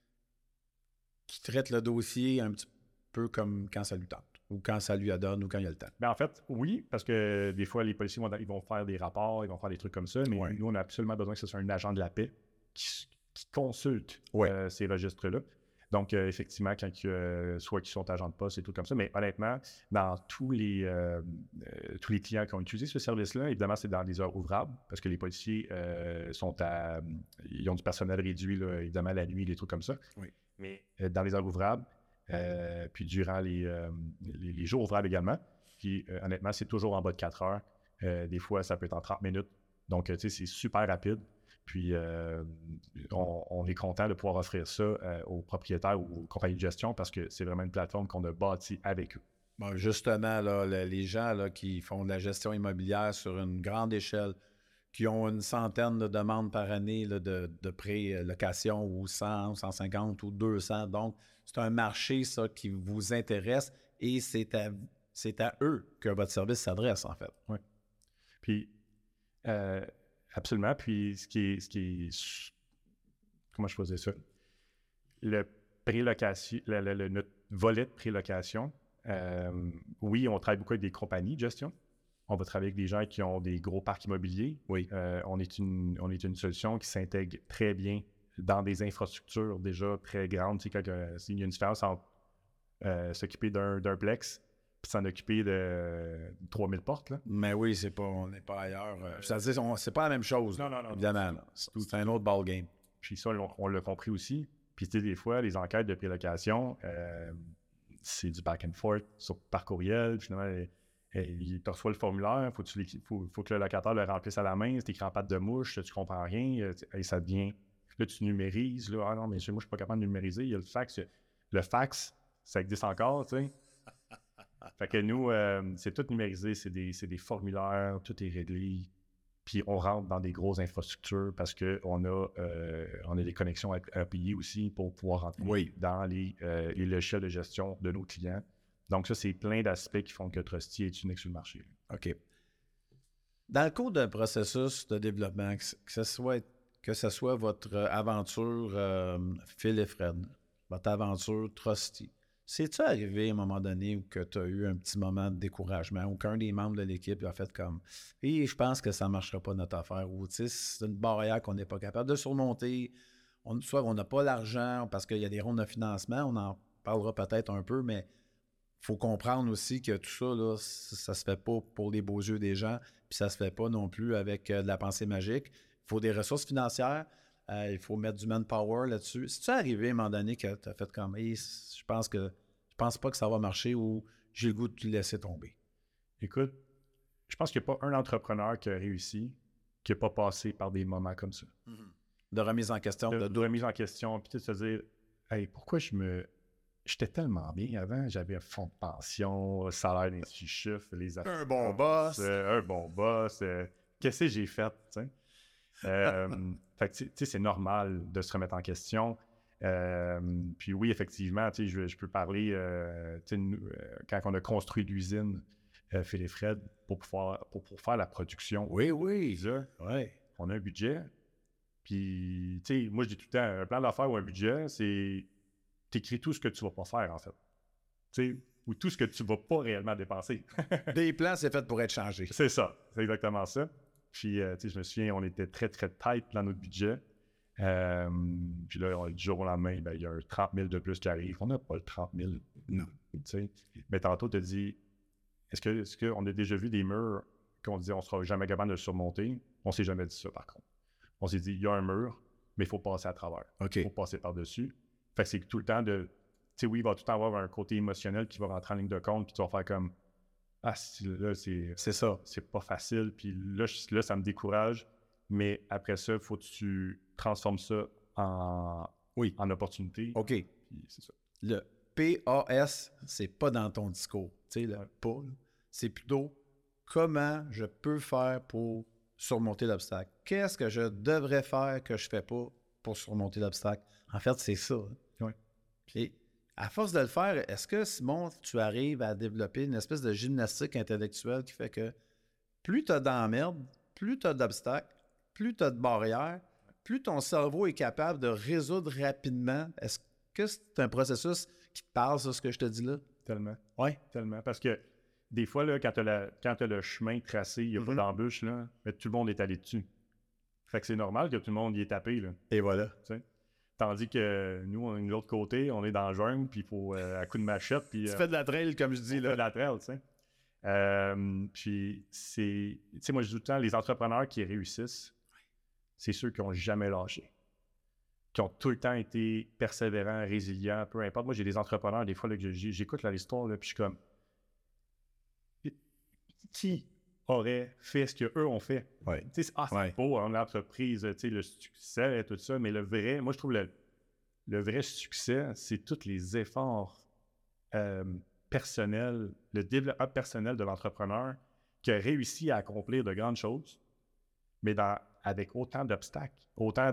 [SPEAKER 3] qui traite le dossier un petit peu comme quand ça lui tente, ou quand ça lui adonne, ou quand il a le temps.
[SPEAKER 1] En fait, oui, parce que des fois, les policiers ils vont faire des rapports, ils vont faire des trucs comme ça, mais nous, on a absolument besoin que ce soit un agent de la paix qui consulte ces registres-là. Donc, effectivement, quand soit qu'ils sont agents de poste et tout comme ça, mais honnêtement, dans tous les clients qui ont utilisé ce service-là, évidemment, c'est dans des heures ouvrables, parce que les policiers ils ont du personnel réduit, là, évidemment, la nuit, des trucs comme ça.
[SPEAKER 3] Oui.
[SPEAKER 1] Mais dans les heures ouvrables, puis durant les jours ouvrables également, puis honnêtement, c'est toujours en bas de 4 heures. Des fois, ça peut être en 30 minutes. Donc, tu sais, c'est super rapide. Puis, on est content de pouvoir offrir ça aux propriétaires ou aux compagnies de gestion parce que c'est vraiment une plateforme qu'on a bâtie avec eux.
[SPEAKER 3] Bon, justement, là, les gens là, qui font de la gestion immobilière sur une grande échelle, qui ont une centaine de demandes par année là, de pré-location ou 100, 150 ou 200. Donc, c'est un marché, ça, qui vous intéresse et c'est à eux que votre service s'adresse, en fait.
[SPEAKER 1] Oui. Puis, absolument. Puis, ce qui est comment je faisais ça? Le prélocation, notre volet de prélocation, oui, on travaille beaucoup avec des compagnies de gestion. On va travailler avec des gens qui ont des gros parcs immobiliers.
[SPEAKER 3] Oui.
[SPEAKER 1] On est une solution qui s'intègre très bien dans des infrastructures déjà très grandes. Tu sais, il y a une différence entre s'occuper d'un plex s'en occuper de 3000 portes, là.
[SPEAKER 3] Mais oui, on n'est pas ailleurs. C'est-à-dire, c'est pas la même chose.
[SPEAKER 1] Non,
[SPEAKER 3] là,
[SPEAKER 1] non, non.
[SPEAKER 3] évidemment. Là. C'est un autre ballgame.
[SPEAKER 1] Puis ça, on l'a compris aussi. Puis tu sais, des fois, les enquêtes de prélocation, c'est du back and forth par courriel. Finalement, il te reçoit le formulaire, faut que le locataire le remplisse à la main, c'est écrit en patte de mouche, tu comprends rien, et ça devient... Là, tu numérises, là, ah non, mais moi, je suis pas capable de numériser, il y a le fax. Le fax, ça existe encore, tu sais. Fait que nous, c'est tout numérisé, c'est des formulaires, tout est réglé. Puis on rentre dans des grosses infrastructures parce qu'on a des connexions à payer aussi pour pouvoir rentrer dans les logiciels de gestion de nos clients. Donc ça, c'est plein d'aspects qui font que Trusty est unique sur le marché.
[SPEAKER 3] OK. Dans le cours d'un processus de développement, que ce soit votre aventure Phil et Fred, votre aventure Trusty, c'est-tu arrivé à un moment donné où tu as eu un petit moment de découragement, ou qu'un des membres de l'équipe a fait comme « Hey, je pense que ça ne marchera pas notre affaire » ou c'est une barrière qu'on n'est pas capable de surmonter, soit on n'a pas l'argent parce qu'il y a des rondes de financement, on en parlera peut-être un peu, mais il faut comprendre aussi que tout ça, là, ça se fait pas pour les beaux yeux des gens, puis ça se fait pas non plus avec de la pensée magique. Il faut des ressources financières, il faut mettre du manpower là-dessus. C'est-tu arrivé à un moment donné que tu as fait comme hey, je pense pas que ça va marcher ou j'ai le goût de te laisser tomber?
[SPEAKER 1] Écoute, je pense qu'il n'y a pas un entrepreneur qui a réussi qui n'a pas passé par des moments comme ça.
[SPEAKER 3] De remise en question.
[SPEAKER 1] De remise en question, puis de se dire hey, pourquoi j'étais tellement bien avant, j'avais un fonds de pension, salaire d'institut chiffre, les
[SPEAKER 3] un bon boss.
[SPEAKER 1] Qu'est-ce que j'ai fait, tu sais? Fait que, tu sais, c'est normal de se remettre en question. Puis oui, effectivement, tu sais, je peux parler, quand on a construit l'usine Phil et Fred pour faire la production.
[SPEAKER 3] Oui.
[SPEAKER 1] Là, on a un budget. Puis, tu sais, moi, je dis tout le temps, un plan d'affaires ou un budget, c'est t'écris tout ce que tu vas pas faire, en fait. Tu sais, ou tout ce que tu vas pas réellement dépenser.
[SPEAKER 3] Des plans, c'est fait pour être changé.
[SPEAKER 1] C'est ça, c'est exactement ça. Puis, tu sais, je me souviens, on était très, très tight dans notre budget. Puis là, du jour au lendemain, ben, il y a un 30 000 de plus qui arrive. On n'a pas le 30 000.
[SPEAKER 3] Non.
[SPEAKER 1] Tu sais. Mais tantôt, tu as dit, est-ce qu'on a déjà vu des murs qu'on disait on ne sera jamais capable de le surmonter? On ne s'est jamais dit ça, par contre. On s'est dit, il y a un mur, mais il faut passer à travers.
[SPEAKER 3] Il
[SPEAKER 1] faut passer par-dessus. Fait que c'est tout le temps de... Tu sais, oui, il va tout le temps avoir un côté émotionnel qui va rentrer en ligne de compte, puis tu vas faire comme... Ah, là, c'est
[SPEAKER 3] ça.
[SPEAKER 1] C'est pas facile, puis là, ça me décourage. Mais après ça, il faut que tu transformes ça en opportunité.
[SPEAKER 3] OK.
[SPEAKER 1] Puis c'est ça.
[SPEAKER 3] Le PAS, c'est pas dans ton discours. Tu sais, le pas, c'est plutôt comment je peux faire pour surmonter l'obstacle. Qu'est-ce que je devrais faire que je fais pas pour surmonter l'obstacle? En fait, c'est ça.
[SPEAKER 1] Oui.
[SPEAKER 3] Et à force de le faire, est-ce que, Simon, tu arrives à développer une espèce de gymnastique intellectuelle qui fait que plus tu as d'emmerdes, plus tu as d'obstacles, plus tu as de barrières, plus ton cerveau est capable de résoudre rapidement? Est-ce que c'est un processus qui te parle, ça, ce que je te dis là?
[SPEAKER 1] Tellement.
[SPEAKER 3] Oui.
[SPEAKER 1] Tellement. Parce que des fois, là, quand tu as le chemin tracé, il n'y a pas d'embûche, là, mais tout le monde est allé dessus. Fait que c'est normal que tout le monde y est tapé. Là,
[SPEAKER 3] et voilà.
[SPEAKER 1] T'sais? Tandis que nous, on est de l'autre côté, on est dans le jungle, puis il faut à coup de machette. Puis,
[SPEAKER 3] tu fais de la trail, comme je dis.
[SPEAKER 1] Là. De la trail, tu sais. Puis c'est... Tu sais, moi, je dis tout le temps, les entrepreneurs qui réussissent, c'est ceux qui n'ont jamais lâché. Qui ont tout le temps été persévérants, résilients, peu importe. Moi, j'ai des entrepreneurs, des fois, là, que j'écoute leur histoire, là, puis je suis comme... Qui aurait fait ce qu'eux ont fait?
[SPEAKER 3] Ouais.
[SPEAKER 1] C'est beau, hein, l'entreprise, le succès et tout ça, mais moi, je trouve le vrai succès, c'est tous les efforts personnels, le développement personnel de l'entrepreneur qui a réussi à accomplir de grandes choses, mais avec autant d'obstacles, autant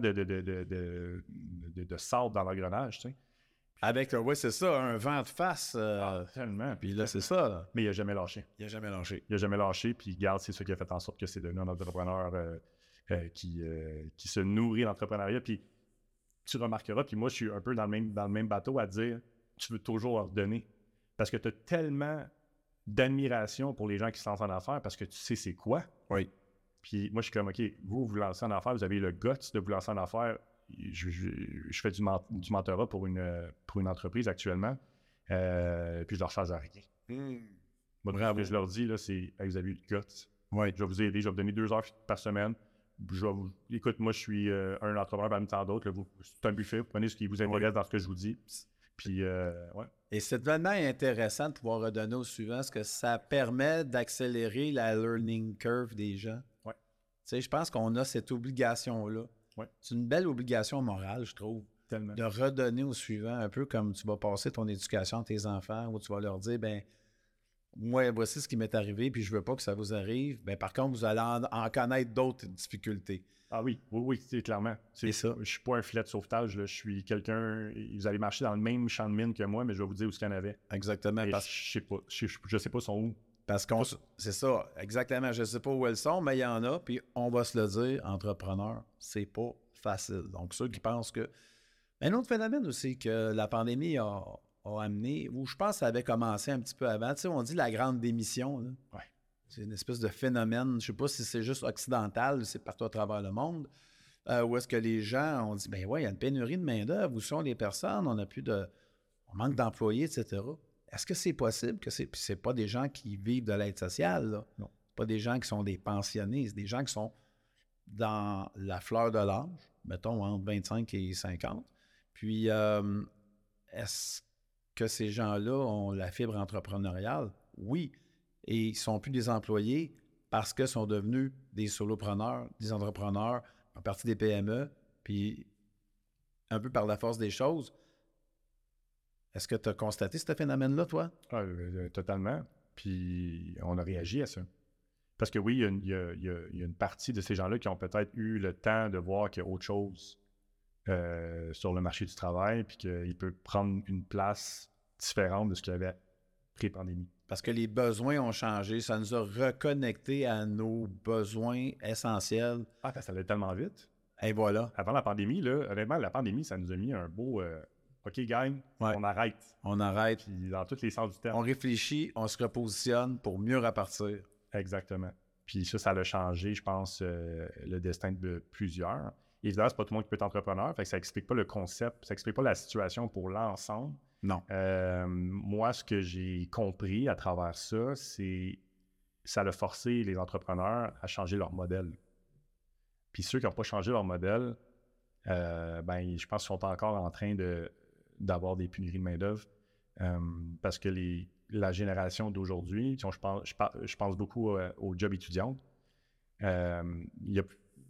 [SPEAKER 1] de sable dans l'engrenage, tu sais.
[SPEAKER 3] Avec, oui, c'est ça, un vent de face.
[SPEAKER 1] Tellement.
[SPEAKER 3] Puis là, c'est ça. Là.
[SPEAKER 1] Mais il n'a jamais lâché.
[SPEAKER 3] Il n'a jamais lâché.
[SPEAKER 1] Il n'a jamais lâché, puis regarde, c'est ça qui a fait en sorte que c'est devenu un entrepreneur qui se nourrit d'entrepreneuriat. Puis tu remarqueras, puis moi, je suis un peu dans le même bateau à dire, tu veux toujours ordonner. Parce que tu as tellement d'admiration pour les gens qui se lancent en affaires parce que tu sais c'est quoi.
[SPEAKER 3] Oui.
[SPEAKER 1] Puis moi, je suis comme, OK, vous lancez en affaires, vous avez le guts de vous lancer en affaires. Je fais du mentorat pour une entreprise actuellement, puis je leur charge à rien. Moi, tout ce
[SPEAKER 3] Bravo.
[SPEAKER 1] que je leur dis, là, c'est hey, vous avez eu le guts.
[SPEAKER 3] Oui.
[SPEAKER 1] Je vais vous aider, je vais vous donner 2 heures par semaine. Écoute, moi, je suis un entrepreneur parmi tant d'autres. C'est un buffet, vous prenez ce qui vous intéresse dans ce que je vous dis. Puis, ouais.
[SPEAKER 3] Et c'est vraiment intéressant de pouvoir redonner au suivant parce que ça permet d'accélérer la learning curve des gens.
[SPEAKER 1] Ouais.
[SPEAKER 3] Tu sais, je pense qu'on a cette obligation-là.
[SPEAKER 1] Ouais.
[SPEAKER 3] C'est une belle obligation morale, je trouve,
[SPEAKER 1] Tellement.
[SPEAKER 3] de redonner au suivant, un peu comme tu vas passer ton éducation à tes enfants, où tu vas leur dire, ben moi, voici ce qui m'est arrivé, puis je veux pas que ça vous arrive. Ben par contre, vous allez en connaître d'autres difficultés.
[SPEAKER 1] Ah oui, c'est clairement.
[SPEAKER 3] C'est ça.
[SPEAKER 1] Je suis pas un filet de sauvetage, là. Je suis quelqu'un. Vous allez marcher dans le même champ de mine que moi, mais je vais vous dire où ce qu'il y en avait.
[SPEAKER 3] Exactement.
[SPEAKER 1] Et je sais pas. Je sais pas sont où.
[SPEAKER 3] Parce qu'on. C'est ça, exactement. Je sais pas où elles sont, mais il y en a, puis on va se le dire, entrepreneur, c'est pas facile. Donc, ceux qui pensent que. Un autre phénomène aussi que la pandémie a amené, où je pense que ça avait commencé un petit peu avant, tu sais, on dit la grande démission, là.
[SPEAKER 1] Ouais.
[SPEAKER 3] C'est une espèce de phénomène, je ne sais pas si c'est juste occidental, c'est partout à travers le monde, où est-ce que les gens ont dit, ben oui, il y a une pénurie de main-d'œuvre, où sont les personnes, on manque d'employés, etc. Est-ce que c'est possible que puis c'est pas des gens qui vivent de l'aide sociale, là.
[SPEAKER 1] Non.
[SPEAKER 3] Pas des gens qui sont des pensionnés, c'est des gens qui sont dans la fleur de l'âge, mettons entre 25 et 50. Puis, est-ce que ces gens-là ont la fibre entrepreneuriale? Oui. Et ils ne sont plus des employés parce qu'ils sont devenus des solopreneurs, des entrepreneurs, en partie des PME, puis un peu par la force des choses. Est-ce que tu as constaté ce phénomène-là, toi?
[SPEAKER 1] Ah, totalement. Puis on a réagi à ça. Parce que oui, il y a une partie de ces gens-là qui ont peut-être eu le temps de voir qu'il y a autre chose sur le marché du travail, puis qu'il peut prendre une place différente de ce qu'il y avait pré-pandémie.
[SPEAKER 3] Parce que les besoins ont changé. Ça nous a reconnectés à nos besoins essentiels.
[SPEAKER 1] Ah, ça allait tellement vite.
[SPEAKER 3] Et voilà.
[SPEAKER 1] Avant la pandémie, là, honnêtement, la pandémie, ça nous a mis un beau OK, gang, on arrête.
[SPEAKER 3] On arrête.
[SPEAKER 1] Puis dans tous les sens du terme.
[SPEAKER 3] On réfléchit, on se repositionne pour mieux repartir.
[SPEAKER 1] Exactement. Puis ça a changé, je pense, le destin de plusieurs. Évidemment, c'est pas tout le monde qui peut être entrepreneur, fait que ça explique pas le concept, ça explique pas la situation pour l'ensemble.
[SPEAKER 3] Non.
[SPEAKER 1] Moi, ce que j'ai compris à travers ça, c'est ça a forcé les entrepreneurs à changer leur modèle. Puis ceux qui n'ont pas changé leur modèle, je pense qu'ils sont encore en train d'avoir des pénuries de main-d'œuvre parce que la génération d'aujourd'hui, je pense beaucoup aux jobs étudiants. Il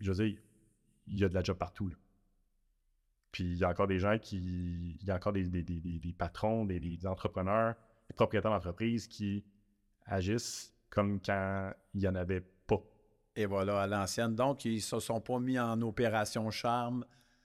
[SPEAKER 1] y a de la job partout, là. Puis il y a encore des gens il y a encore des patrons, des entrepreneurs, des propriétaires d'entreprises qui agissent comme quand il n'y en avait pas.
[SPEAKER 3] Et voilà, à l'ancienne. Donc, ils ne se sont pas mis en opération charme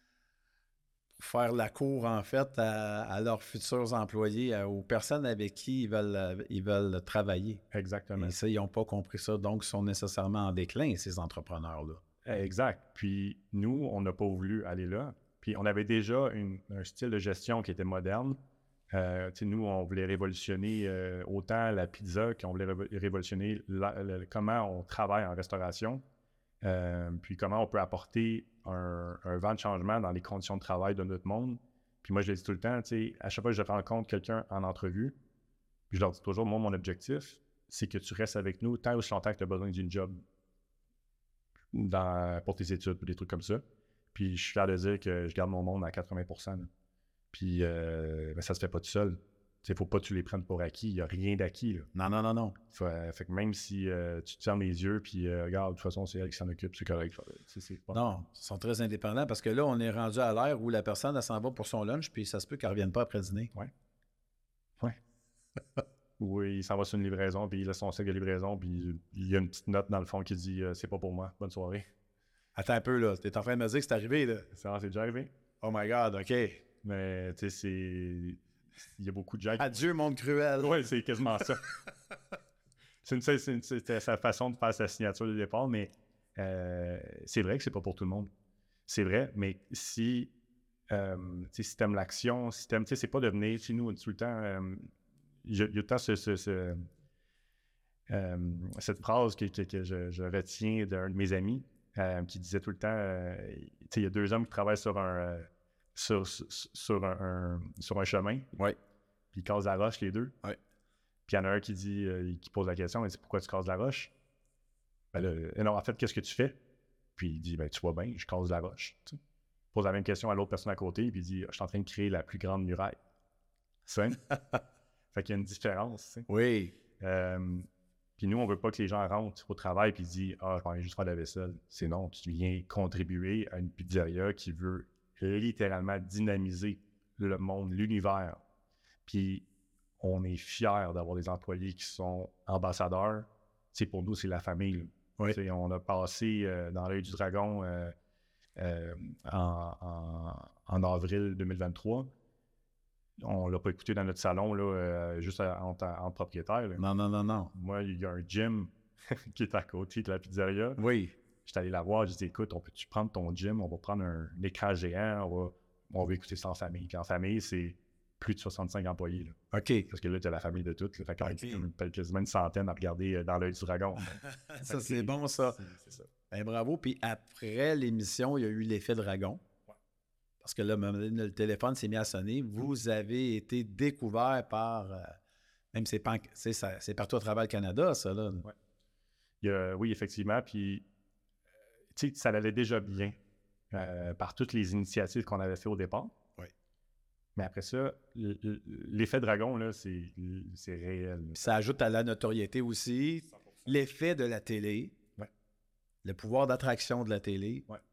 [SPEAKER 3] pour faire la cour, en fait, à leurs futurs employés, aux personnes avec qui ils veulent travailler.
[SPEAKER 1] Exactement.
[SPEAKER 3] Et ça, ils n'ont pas compris ça. Donc, ils sont nécessairement en déclin, ces entrepreneurs-là.
[SPEAKER 1] Exact. Puis nous, on n'a pas voulu aller là. Puis on avait déjà un style de gestion qui était moderne. Nous, on voulait révolutionner autant la pizza qu'on voulait révolutionner comment on travaille en restauration, puis comment on peut apporter un vent de changement dans les conditions de travail de notre monde. Puis moi, je le dis tout le temps, à chaque fois que je rencontre quelqu'un en entrevue, puis je leur dis toujours, moi, mon objectif, c'est que tu restes avec nous tant aussi longtemps que tu as besoin d'une job pour tes études ou des trucs comme ça. Puis je suis fier de dire que je garde mon monde à 80%. Là. Puis ça se fait pas tout seul. Il ne faut pas que tu les prennes pour acquis. Il n'y a rien d'acquis. Là.
[SPEAKER 3] Non.
[SPEAKER 1] Fait que même si tu te fermes les yeux puis regarde, de toute façon, c'est elle qui s'en occupe, c'est correct.
[SPEAKER 3] Non, ils sont très indépendants parce que là, on est rendu à l'ère où la personne, elle s'en va pour son lunch puis ça se peut qu'elle ne revienne pas après le dîner.
[SPEAKER 1] Ouais. Oui, il s'en va sur une livraison puis il laisse son sac de livraison puis il y a une petite note dans le fond qui dit c'est pas pour moi, bonne soirée.
[SPEAKER 3] Attends un peu, là. Tu es en train de me dire que c'est arrivé, là.
[SPEAKER 1] C'est déjà arrivé.
[SPEAKER 3] Oh my God, OK.
[SPEAKER 1] Mais, tu sais, il y a beaucoup de gens qui...
[SPEAKER 3] Adieu, monde cruel.
[SPEAKER 1] Oui, c'est quasiment ça. C'est sa façon de faire sa signature de départ, mais c'est vrai que c'est pas pour tout le monde. C'est vrai, mais si tu aimes l'action, si tu aimes... Tu sais, c'est pas de venir chez nous tout le temps... il y a tout le temps cette phrase que je retiens d'un de mes amis, qui disait tout le temps, il y a 2 hommes qui travaillent sur un chemin,
[SPEAKER 3] Oui.
[SPEAKER 1] puis ils cassent la roche les deux.
[SPEAKER 3] Oui.
[SPEAKER 1] Puis il y en a un qui dit, qui pose la question, il dit « Pourquoi tu casses de la roche? » Ben là, non, en fait, qu'est-ce que tu fais? Puis il dit « Ben, tu vois bien, je casse de la roche. » Tu sais. Il pose la même question à l'autre personne à côté, puis il dit « Je suis en train de créer la plus grande muraille. » C'est fait qu'il y a une différence. Tu sais.
[SPEAKER 3] Oui.
[SPEAKER 1] Puis nous, on veut pas que les gens rentrent au travail et disent « Ah, je vais aller juste faire la vaisselle. » C'est non, tu viens contribuer à une pizzeria qui veut littéralement dynamiser le monde, l'univers. Puis on est fiers d'avoir des employés qui sont ambassadeurs. Tu sais, pour nous, c'est la famille. Là.
[SPEAKER 3] Oui.
[SPEAKER 1] Tu sais, on a passé dans l'œil du dragon en avril 2023. On l'a pas écouté dans notre salon, là, juste en propriétaire. Là.
[SPEAKER 3] Non.
[SPEAKER 1] Moi, il y a un gym qui est à côté de la pizzeria.
[SPEAKER 3] Oui.
[SPEAKER 1] J'étais allé la voir, j'ai dit « Écoute, on peut-tu prendre ton gym? On va prendre un écran géant, on va écouter ça en famille. » Puis en famille, c'est plus de 65 employés. Là.
[SPEAKER 3] OK.
[SPEAKER 1] Parce que là, tu as la famille de toutes. Là. Fait qu'on est quasiment une centaine à regarder dans l'œil du dragon.
[SPEAKER 3] Ça, c'est bon, ça.
[SPEAKER 1] C'est ça.
[SPEAKER 3] Ben, bravo. Puis après l'émission, il y a eu l'effet dragon.
[SPEAKER 1] Ouais.
[SPEAKER 3] Parce que là, le téléphone s'est mis à sonner. Vous avez été découvert par... même c'est partout à travers le Canada, ça. Là.
[SPEAKER 1] Ouais. Oui, effectivement. Puis, tu sais, ça allait déjà bien par toutes les initiatives qu'on avait fait au départ.
[SPEAKER 3] Oui.
[SPEAKER 1] Mais après ça, l'effet dragon, là, c'est réel.
[SPEAKER 3] Puis ça ajoute à la notoriété aussi. 100%. L'effet de la télé.
[SPEAKER 1] Ouais.
[SPEAKER 3] Le pouvoir d'attraction de la télé.
[SPEAKER 1] Ouais.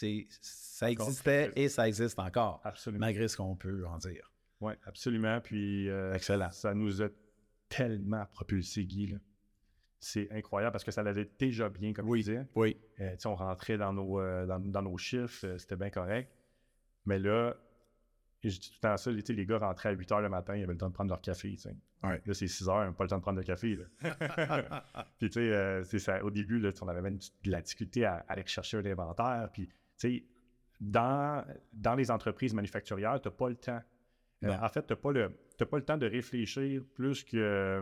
[SPEAKER 3] Ça existait et ça existe encore.
[SPEAKER 1] Absolument.
[SPEAKER 3] Malgré ce qu'on peut en dire.
[SPEAKER 1] Oui, absolument. Puis,
[SPEAKER 3] excellent.
[SPEAKER 1] Ça nous a tellement propulsé, Guy. Là. C'est incroyable parce que ça allait déjà bien, comme je disais.
[SPEAKER 3] Oui.
[SPEAKER 1] On rentrait dans nos chiffres, c'était bien correct. Mais là, et je dis tout le temps ça, les gars rentraient à 8 h le matin, ils avaient le temps de prendre leur café.
[SPEAKER 3] Ouais.
[SPEAKER 1] Là, c'est 6 h, ils n'ont pas le temps de prendre le café. Là. Puis, tu sais, c'est ça. Au début, là, on avait même de la difficulté à aller chercher un inventaire. Puis, tu sais, dans les entreprises manufacturières, tu n'as pas le temps. En fait, tu n'as pas le temps de réfléchir plus que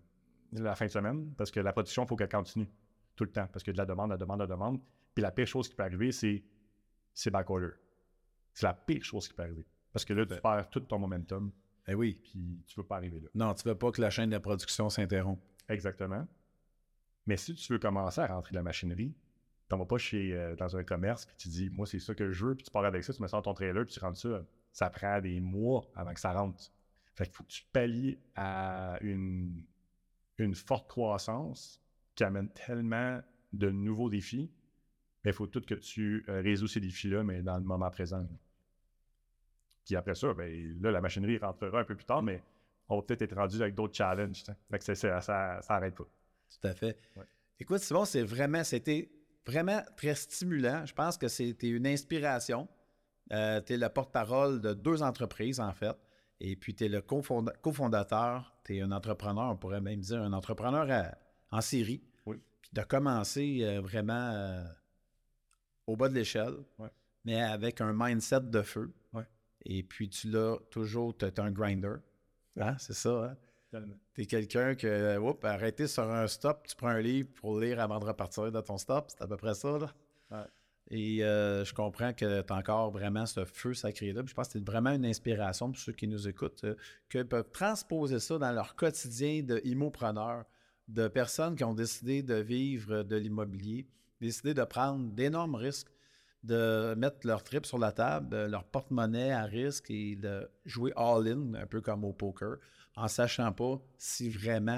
[SPEAKER 1] la fin de semaine, parce que la production, il faut qu'elle continue tout le temps, parce que de la demande. Puis la pire chose qui peut arriver, c'est backorder. C'est la pire chose qui peut arriver. Parce que là, tu perds tout ton momentum.
[SPEAKER 3] Eh oui.
[SPEAKER 1] Puis tu veux pas arriver là.
[SPEAKER 3] Non, tu veux pas que la chaîne de production s'interrompe.
[SPEAKER 1] Exactement. Mais si tu veux commencer à rentrer de la machinerie, tu n'en vas pas dans un commerce, puis tu dis, moi, c'est ça que je veux, puis tu pars avec ça, tu mets ça dans ton trailer, puis tu rentres ça. Ça prend des mois avant que ça rentre. Fait qu'il faut que tu pallies à une forte croissance qui amène tellement de nouveaux défis, mais il faut tout que tu résous ces défis-là, mais dans le moment présent. Puis après ça, ben, là, la machinerie rentrera un peu plus tard, mais on va peut-être être rendu avec d'autres challenges. Fait que ça n'arrête pas.
[SPEAKER 3] Tout à fait.
[SPEAKER 1] Ouais.
[SPEAKER 3] Écoute, Simon, c'était vraiment très stimulant. Je pense que c'était une inspiration. Tu es le porte-parole de 2 entreprises, en fait. Et puis, tu es le cofondateur. Tu es un entrepreneur, on pourrait même dire un entrepreneur en série.
[SPEAKER 1] Oui.
[SPEAKER 3] Puis, tu as commencé vraiment au bas de l'échelle, mais avec un mindset de feu.
[SPEAKER 1] Ouais.
[SPEAKER 3] Et puis, tu l'as toujours, tu es un grinder. Hein? C'est ça, hein? Tu es quelqu'un que, arrêté sur un stop, tu prends un livre pour lire avant de repartir de ton stop. C'est à peu près ça, là.
[SPEAKER 1] Ouais.
[SPEAKER 3] Et je comprends que tu as encore vraiment ce feu sacré-là. Puis je pense que c'est vraiment une inspiration pour ceux qui nous écoutent, qu'ils peuvent transposer ça dans leur quotidien d'immopreneurs, de personnes qui ont décidé de vivre de l'immobilier, décidé de prendre d'énormes risques, de mettre leur trip sur la table, leur porte-monnaie à risque et de jouer all-in, un peu comme au poker, en ne sachant pas si vraiment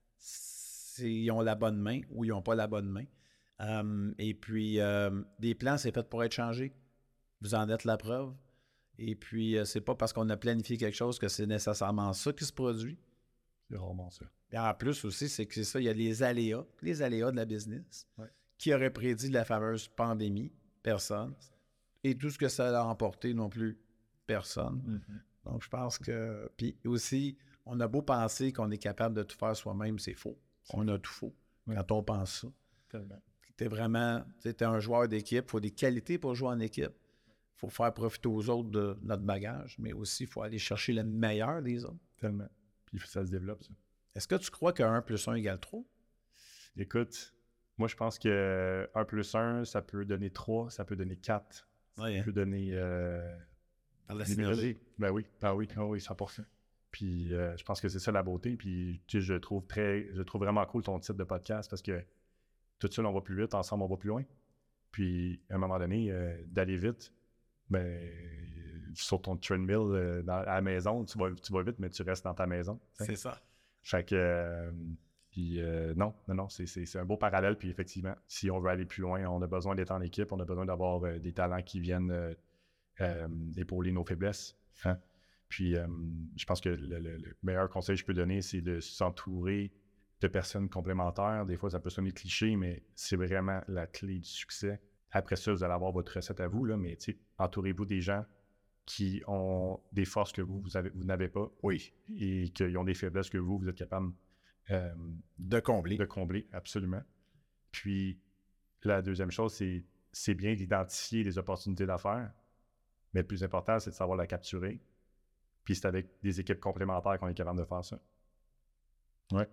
[SPEAKER 3] ils ont la bonne main ou ils n'ont pas la bonne main. Et puis, des plans, c'est fait pour être changé. Vous en êtes la preuve. Et puis, c'est pas parce qu'on a planifié quelque chose que c'est nécessairement ça qui se produit.
[SPEAKER 1] C'est vraiment ça.
[SPEAKER 3] Et en plus aussi, c'est que c'est ça, il y a les aléas de la business.
[SPEAKER 1] Ouais.
[SPEAKER 3] Qui aurait prédit la fameuse pandémie? Personne. Et tout ce que ça a emporté non plus, personne.
[SPEAKER 1] Mm-hmm.
[SPEAKER 3] Donc, je pense que... Puis aussi, on a beau penser qu'on est capable de tout faire soi-même, c'est faux. On a tout faux quand on pense ça.
[SPEAKER 1] Tellement.
[SPEAKER 3] T'es un joueur d'équipe, il faut des qualités pour jouer en équipe. Il faut faire profiter aux autres de notre bagage, mais aussi, il faut aller chercher le meilleur des autres.
[SPEAKER 1] Tellement. Puis ça se développe, ça.
[SPEAKER 3] Est-ce que tu crois que 1 + 1 = 3?
[SPEAKER 1] Écoute, moi, je pense que 1 + 1, ça peut donner 3, ça peut donner 4. Ça peut donner...
[SPEAKER 3] Par la synergie.
[SPEAKER 1] Ben oui, 100%. Puis je pense que c'est ça la beauté. Puis tu sais, je trouve vraiment cool ton titre de podcast parce que tout seul, on va plus vite, ensemble, on va plus loin. Puis à un moment donné, d'aller vite, ben, sur ton treadmill à la maison, tu vas vite, mais tu restes dans ta maison.
[SPEAKER 3] C'est ça.
[SPEAKER 1] Fait que, puis non, c'est un beau parallèle. Puis effectivement, si on veut aller plus loin, on a besoin d'être en équipe, on a besoin d'avoir des talents qui viennent épauler nos faiblesses. Hein? Puis je pense que le meilleur conseil que je peux donner, c'est de s'entourer de personnes complémentaires. Des fois, ça peut sonner cliché, mais c'est vraiment la clé du succès. Après ça, vous allez avoir votre recette à vous, là, mais entourez-vous des gens qui ont des forces que vous n'avez pas.
[SPEAKER 3] Oui.
[SPEAKER 1] Et qui ont des faiblesses que vous êtes capable
[SPEAKER 3] de combler.
[SPEAKER 1] De combler, absolument. Puis, la deuxième chose, c'est bien d'identifier les opportunités d'affaires, mais le plus important, c'est de savoir la capturer. Puis, c'est avec des équipes complémentaires qu'on est capable de faire ça. Ouais.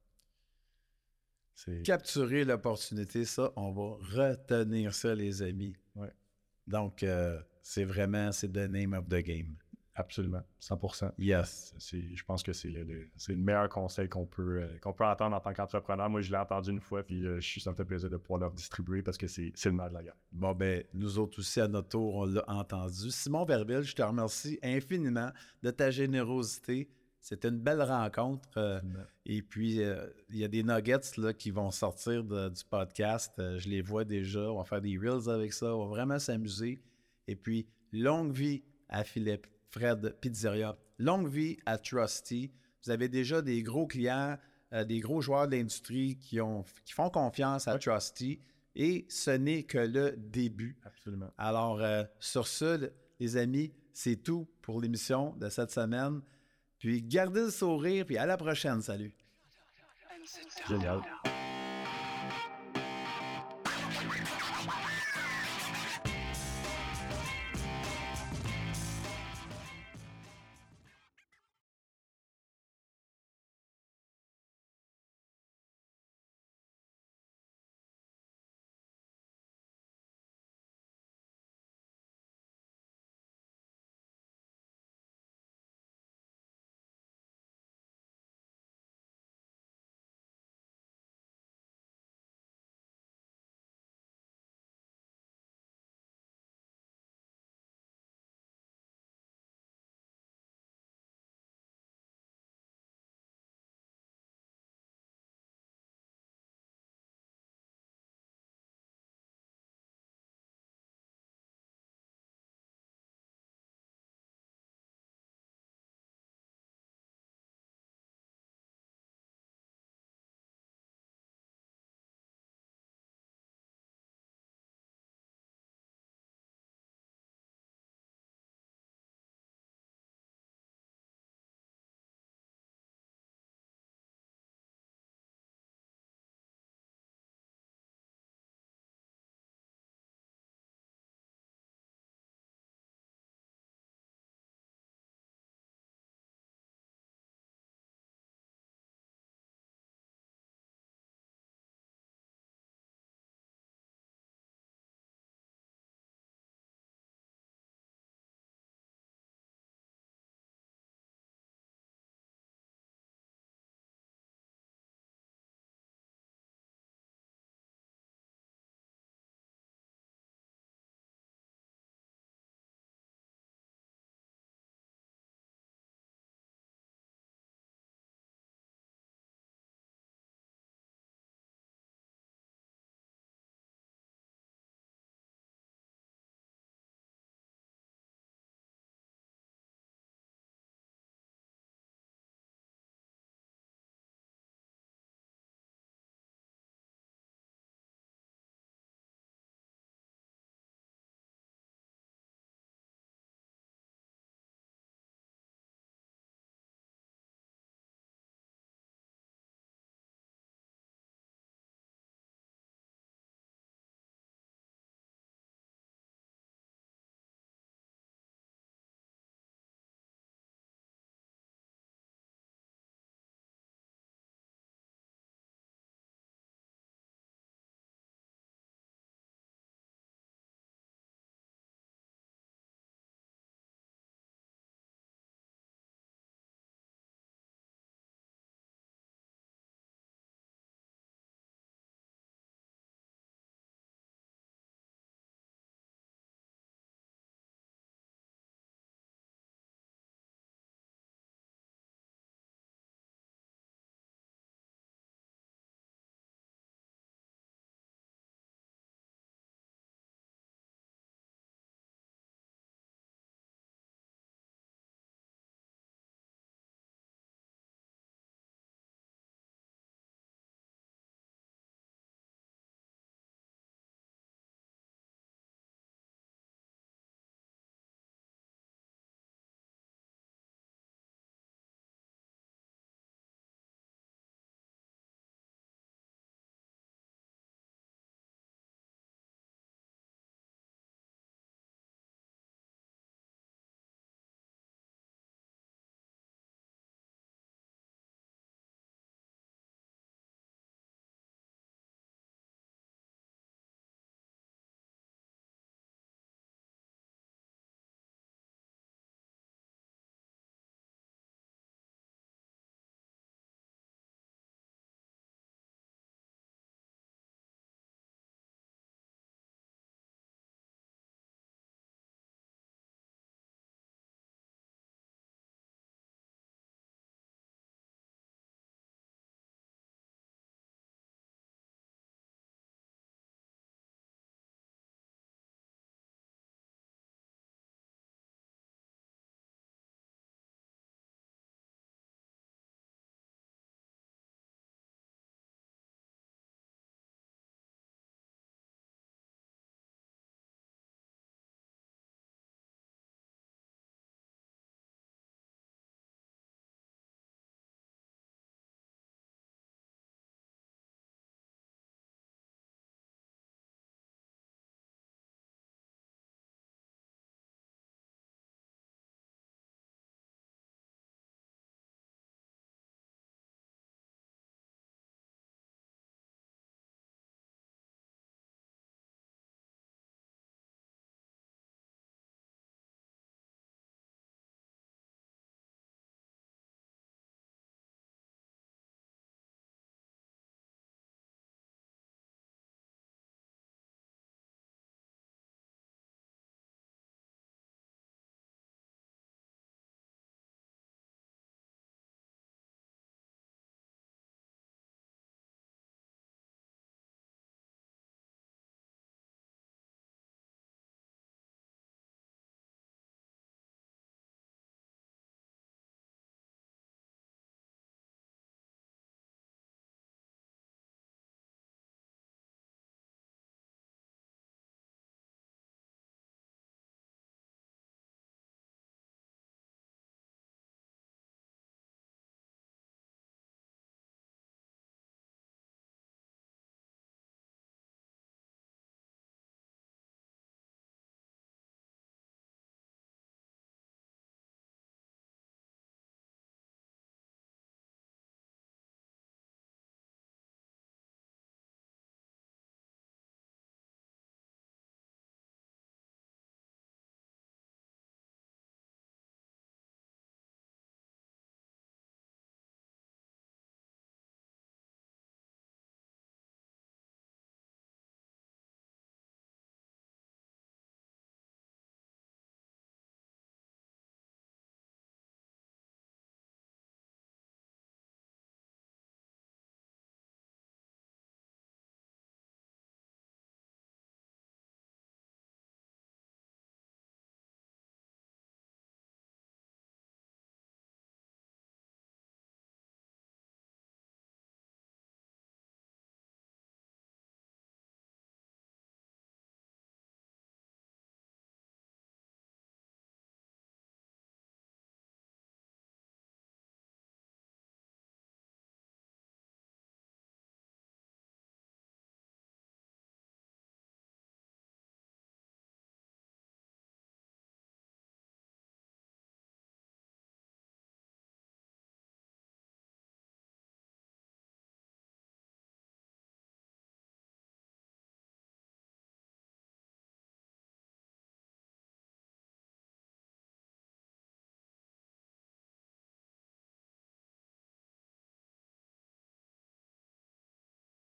[SPEAKER 3] Capturer l'opportunité, ça, on va retenir ça, les amis.
[SPEAKER 1] Ouais.
[SPEAKER 3] Donc, c'est the name of the game.
[SPEAKER 1] Absolument, 100%.
[SPEAKER 3] Yes.
[SPEAKER 1] Je pense que c'est le meilleur conseil qu'on peut entendre en tant qu'entrepreneur. Moi, je l'ai entendu une fois, puis ça me fait plaisir de pouvoir le distribuer parce que c'est le nerf de la guerre.
[SPEAKER 3] Bon, ben, nous autres aussi, à notre tour, on l'a entendu. Simon Verville, je te remercie infiniment de ta générosité. C'était une belle rencontre. Et puis, il y a des nuggets là, qui vont sortir du podcast. Je les vois déjà. On va faire des reels avec ça. On va vraiment s'amuser. Et puis, longue vie à Philippe Fred Pizzeria. Longue vie à Trusty. Vous avez déjà des gros clients, des gros joueurs de l'industrie qui font confiance à Trusty. Et ce n'est que le début.
[SPEAKER 1] Absolument.
[SPEAKER 3] Alors, sur ce, les amis, c'est tout pour l'émission de cette semaine. Puis gardez le sourire, puis à la prochaine. Salut.
[SPEAKER 1] Génial.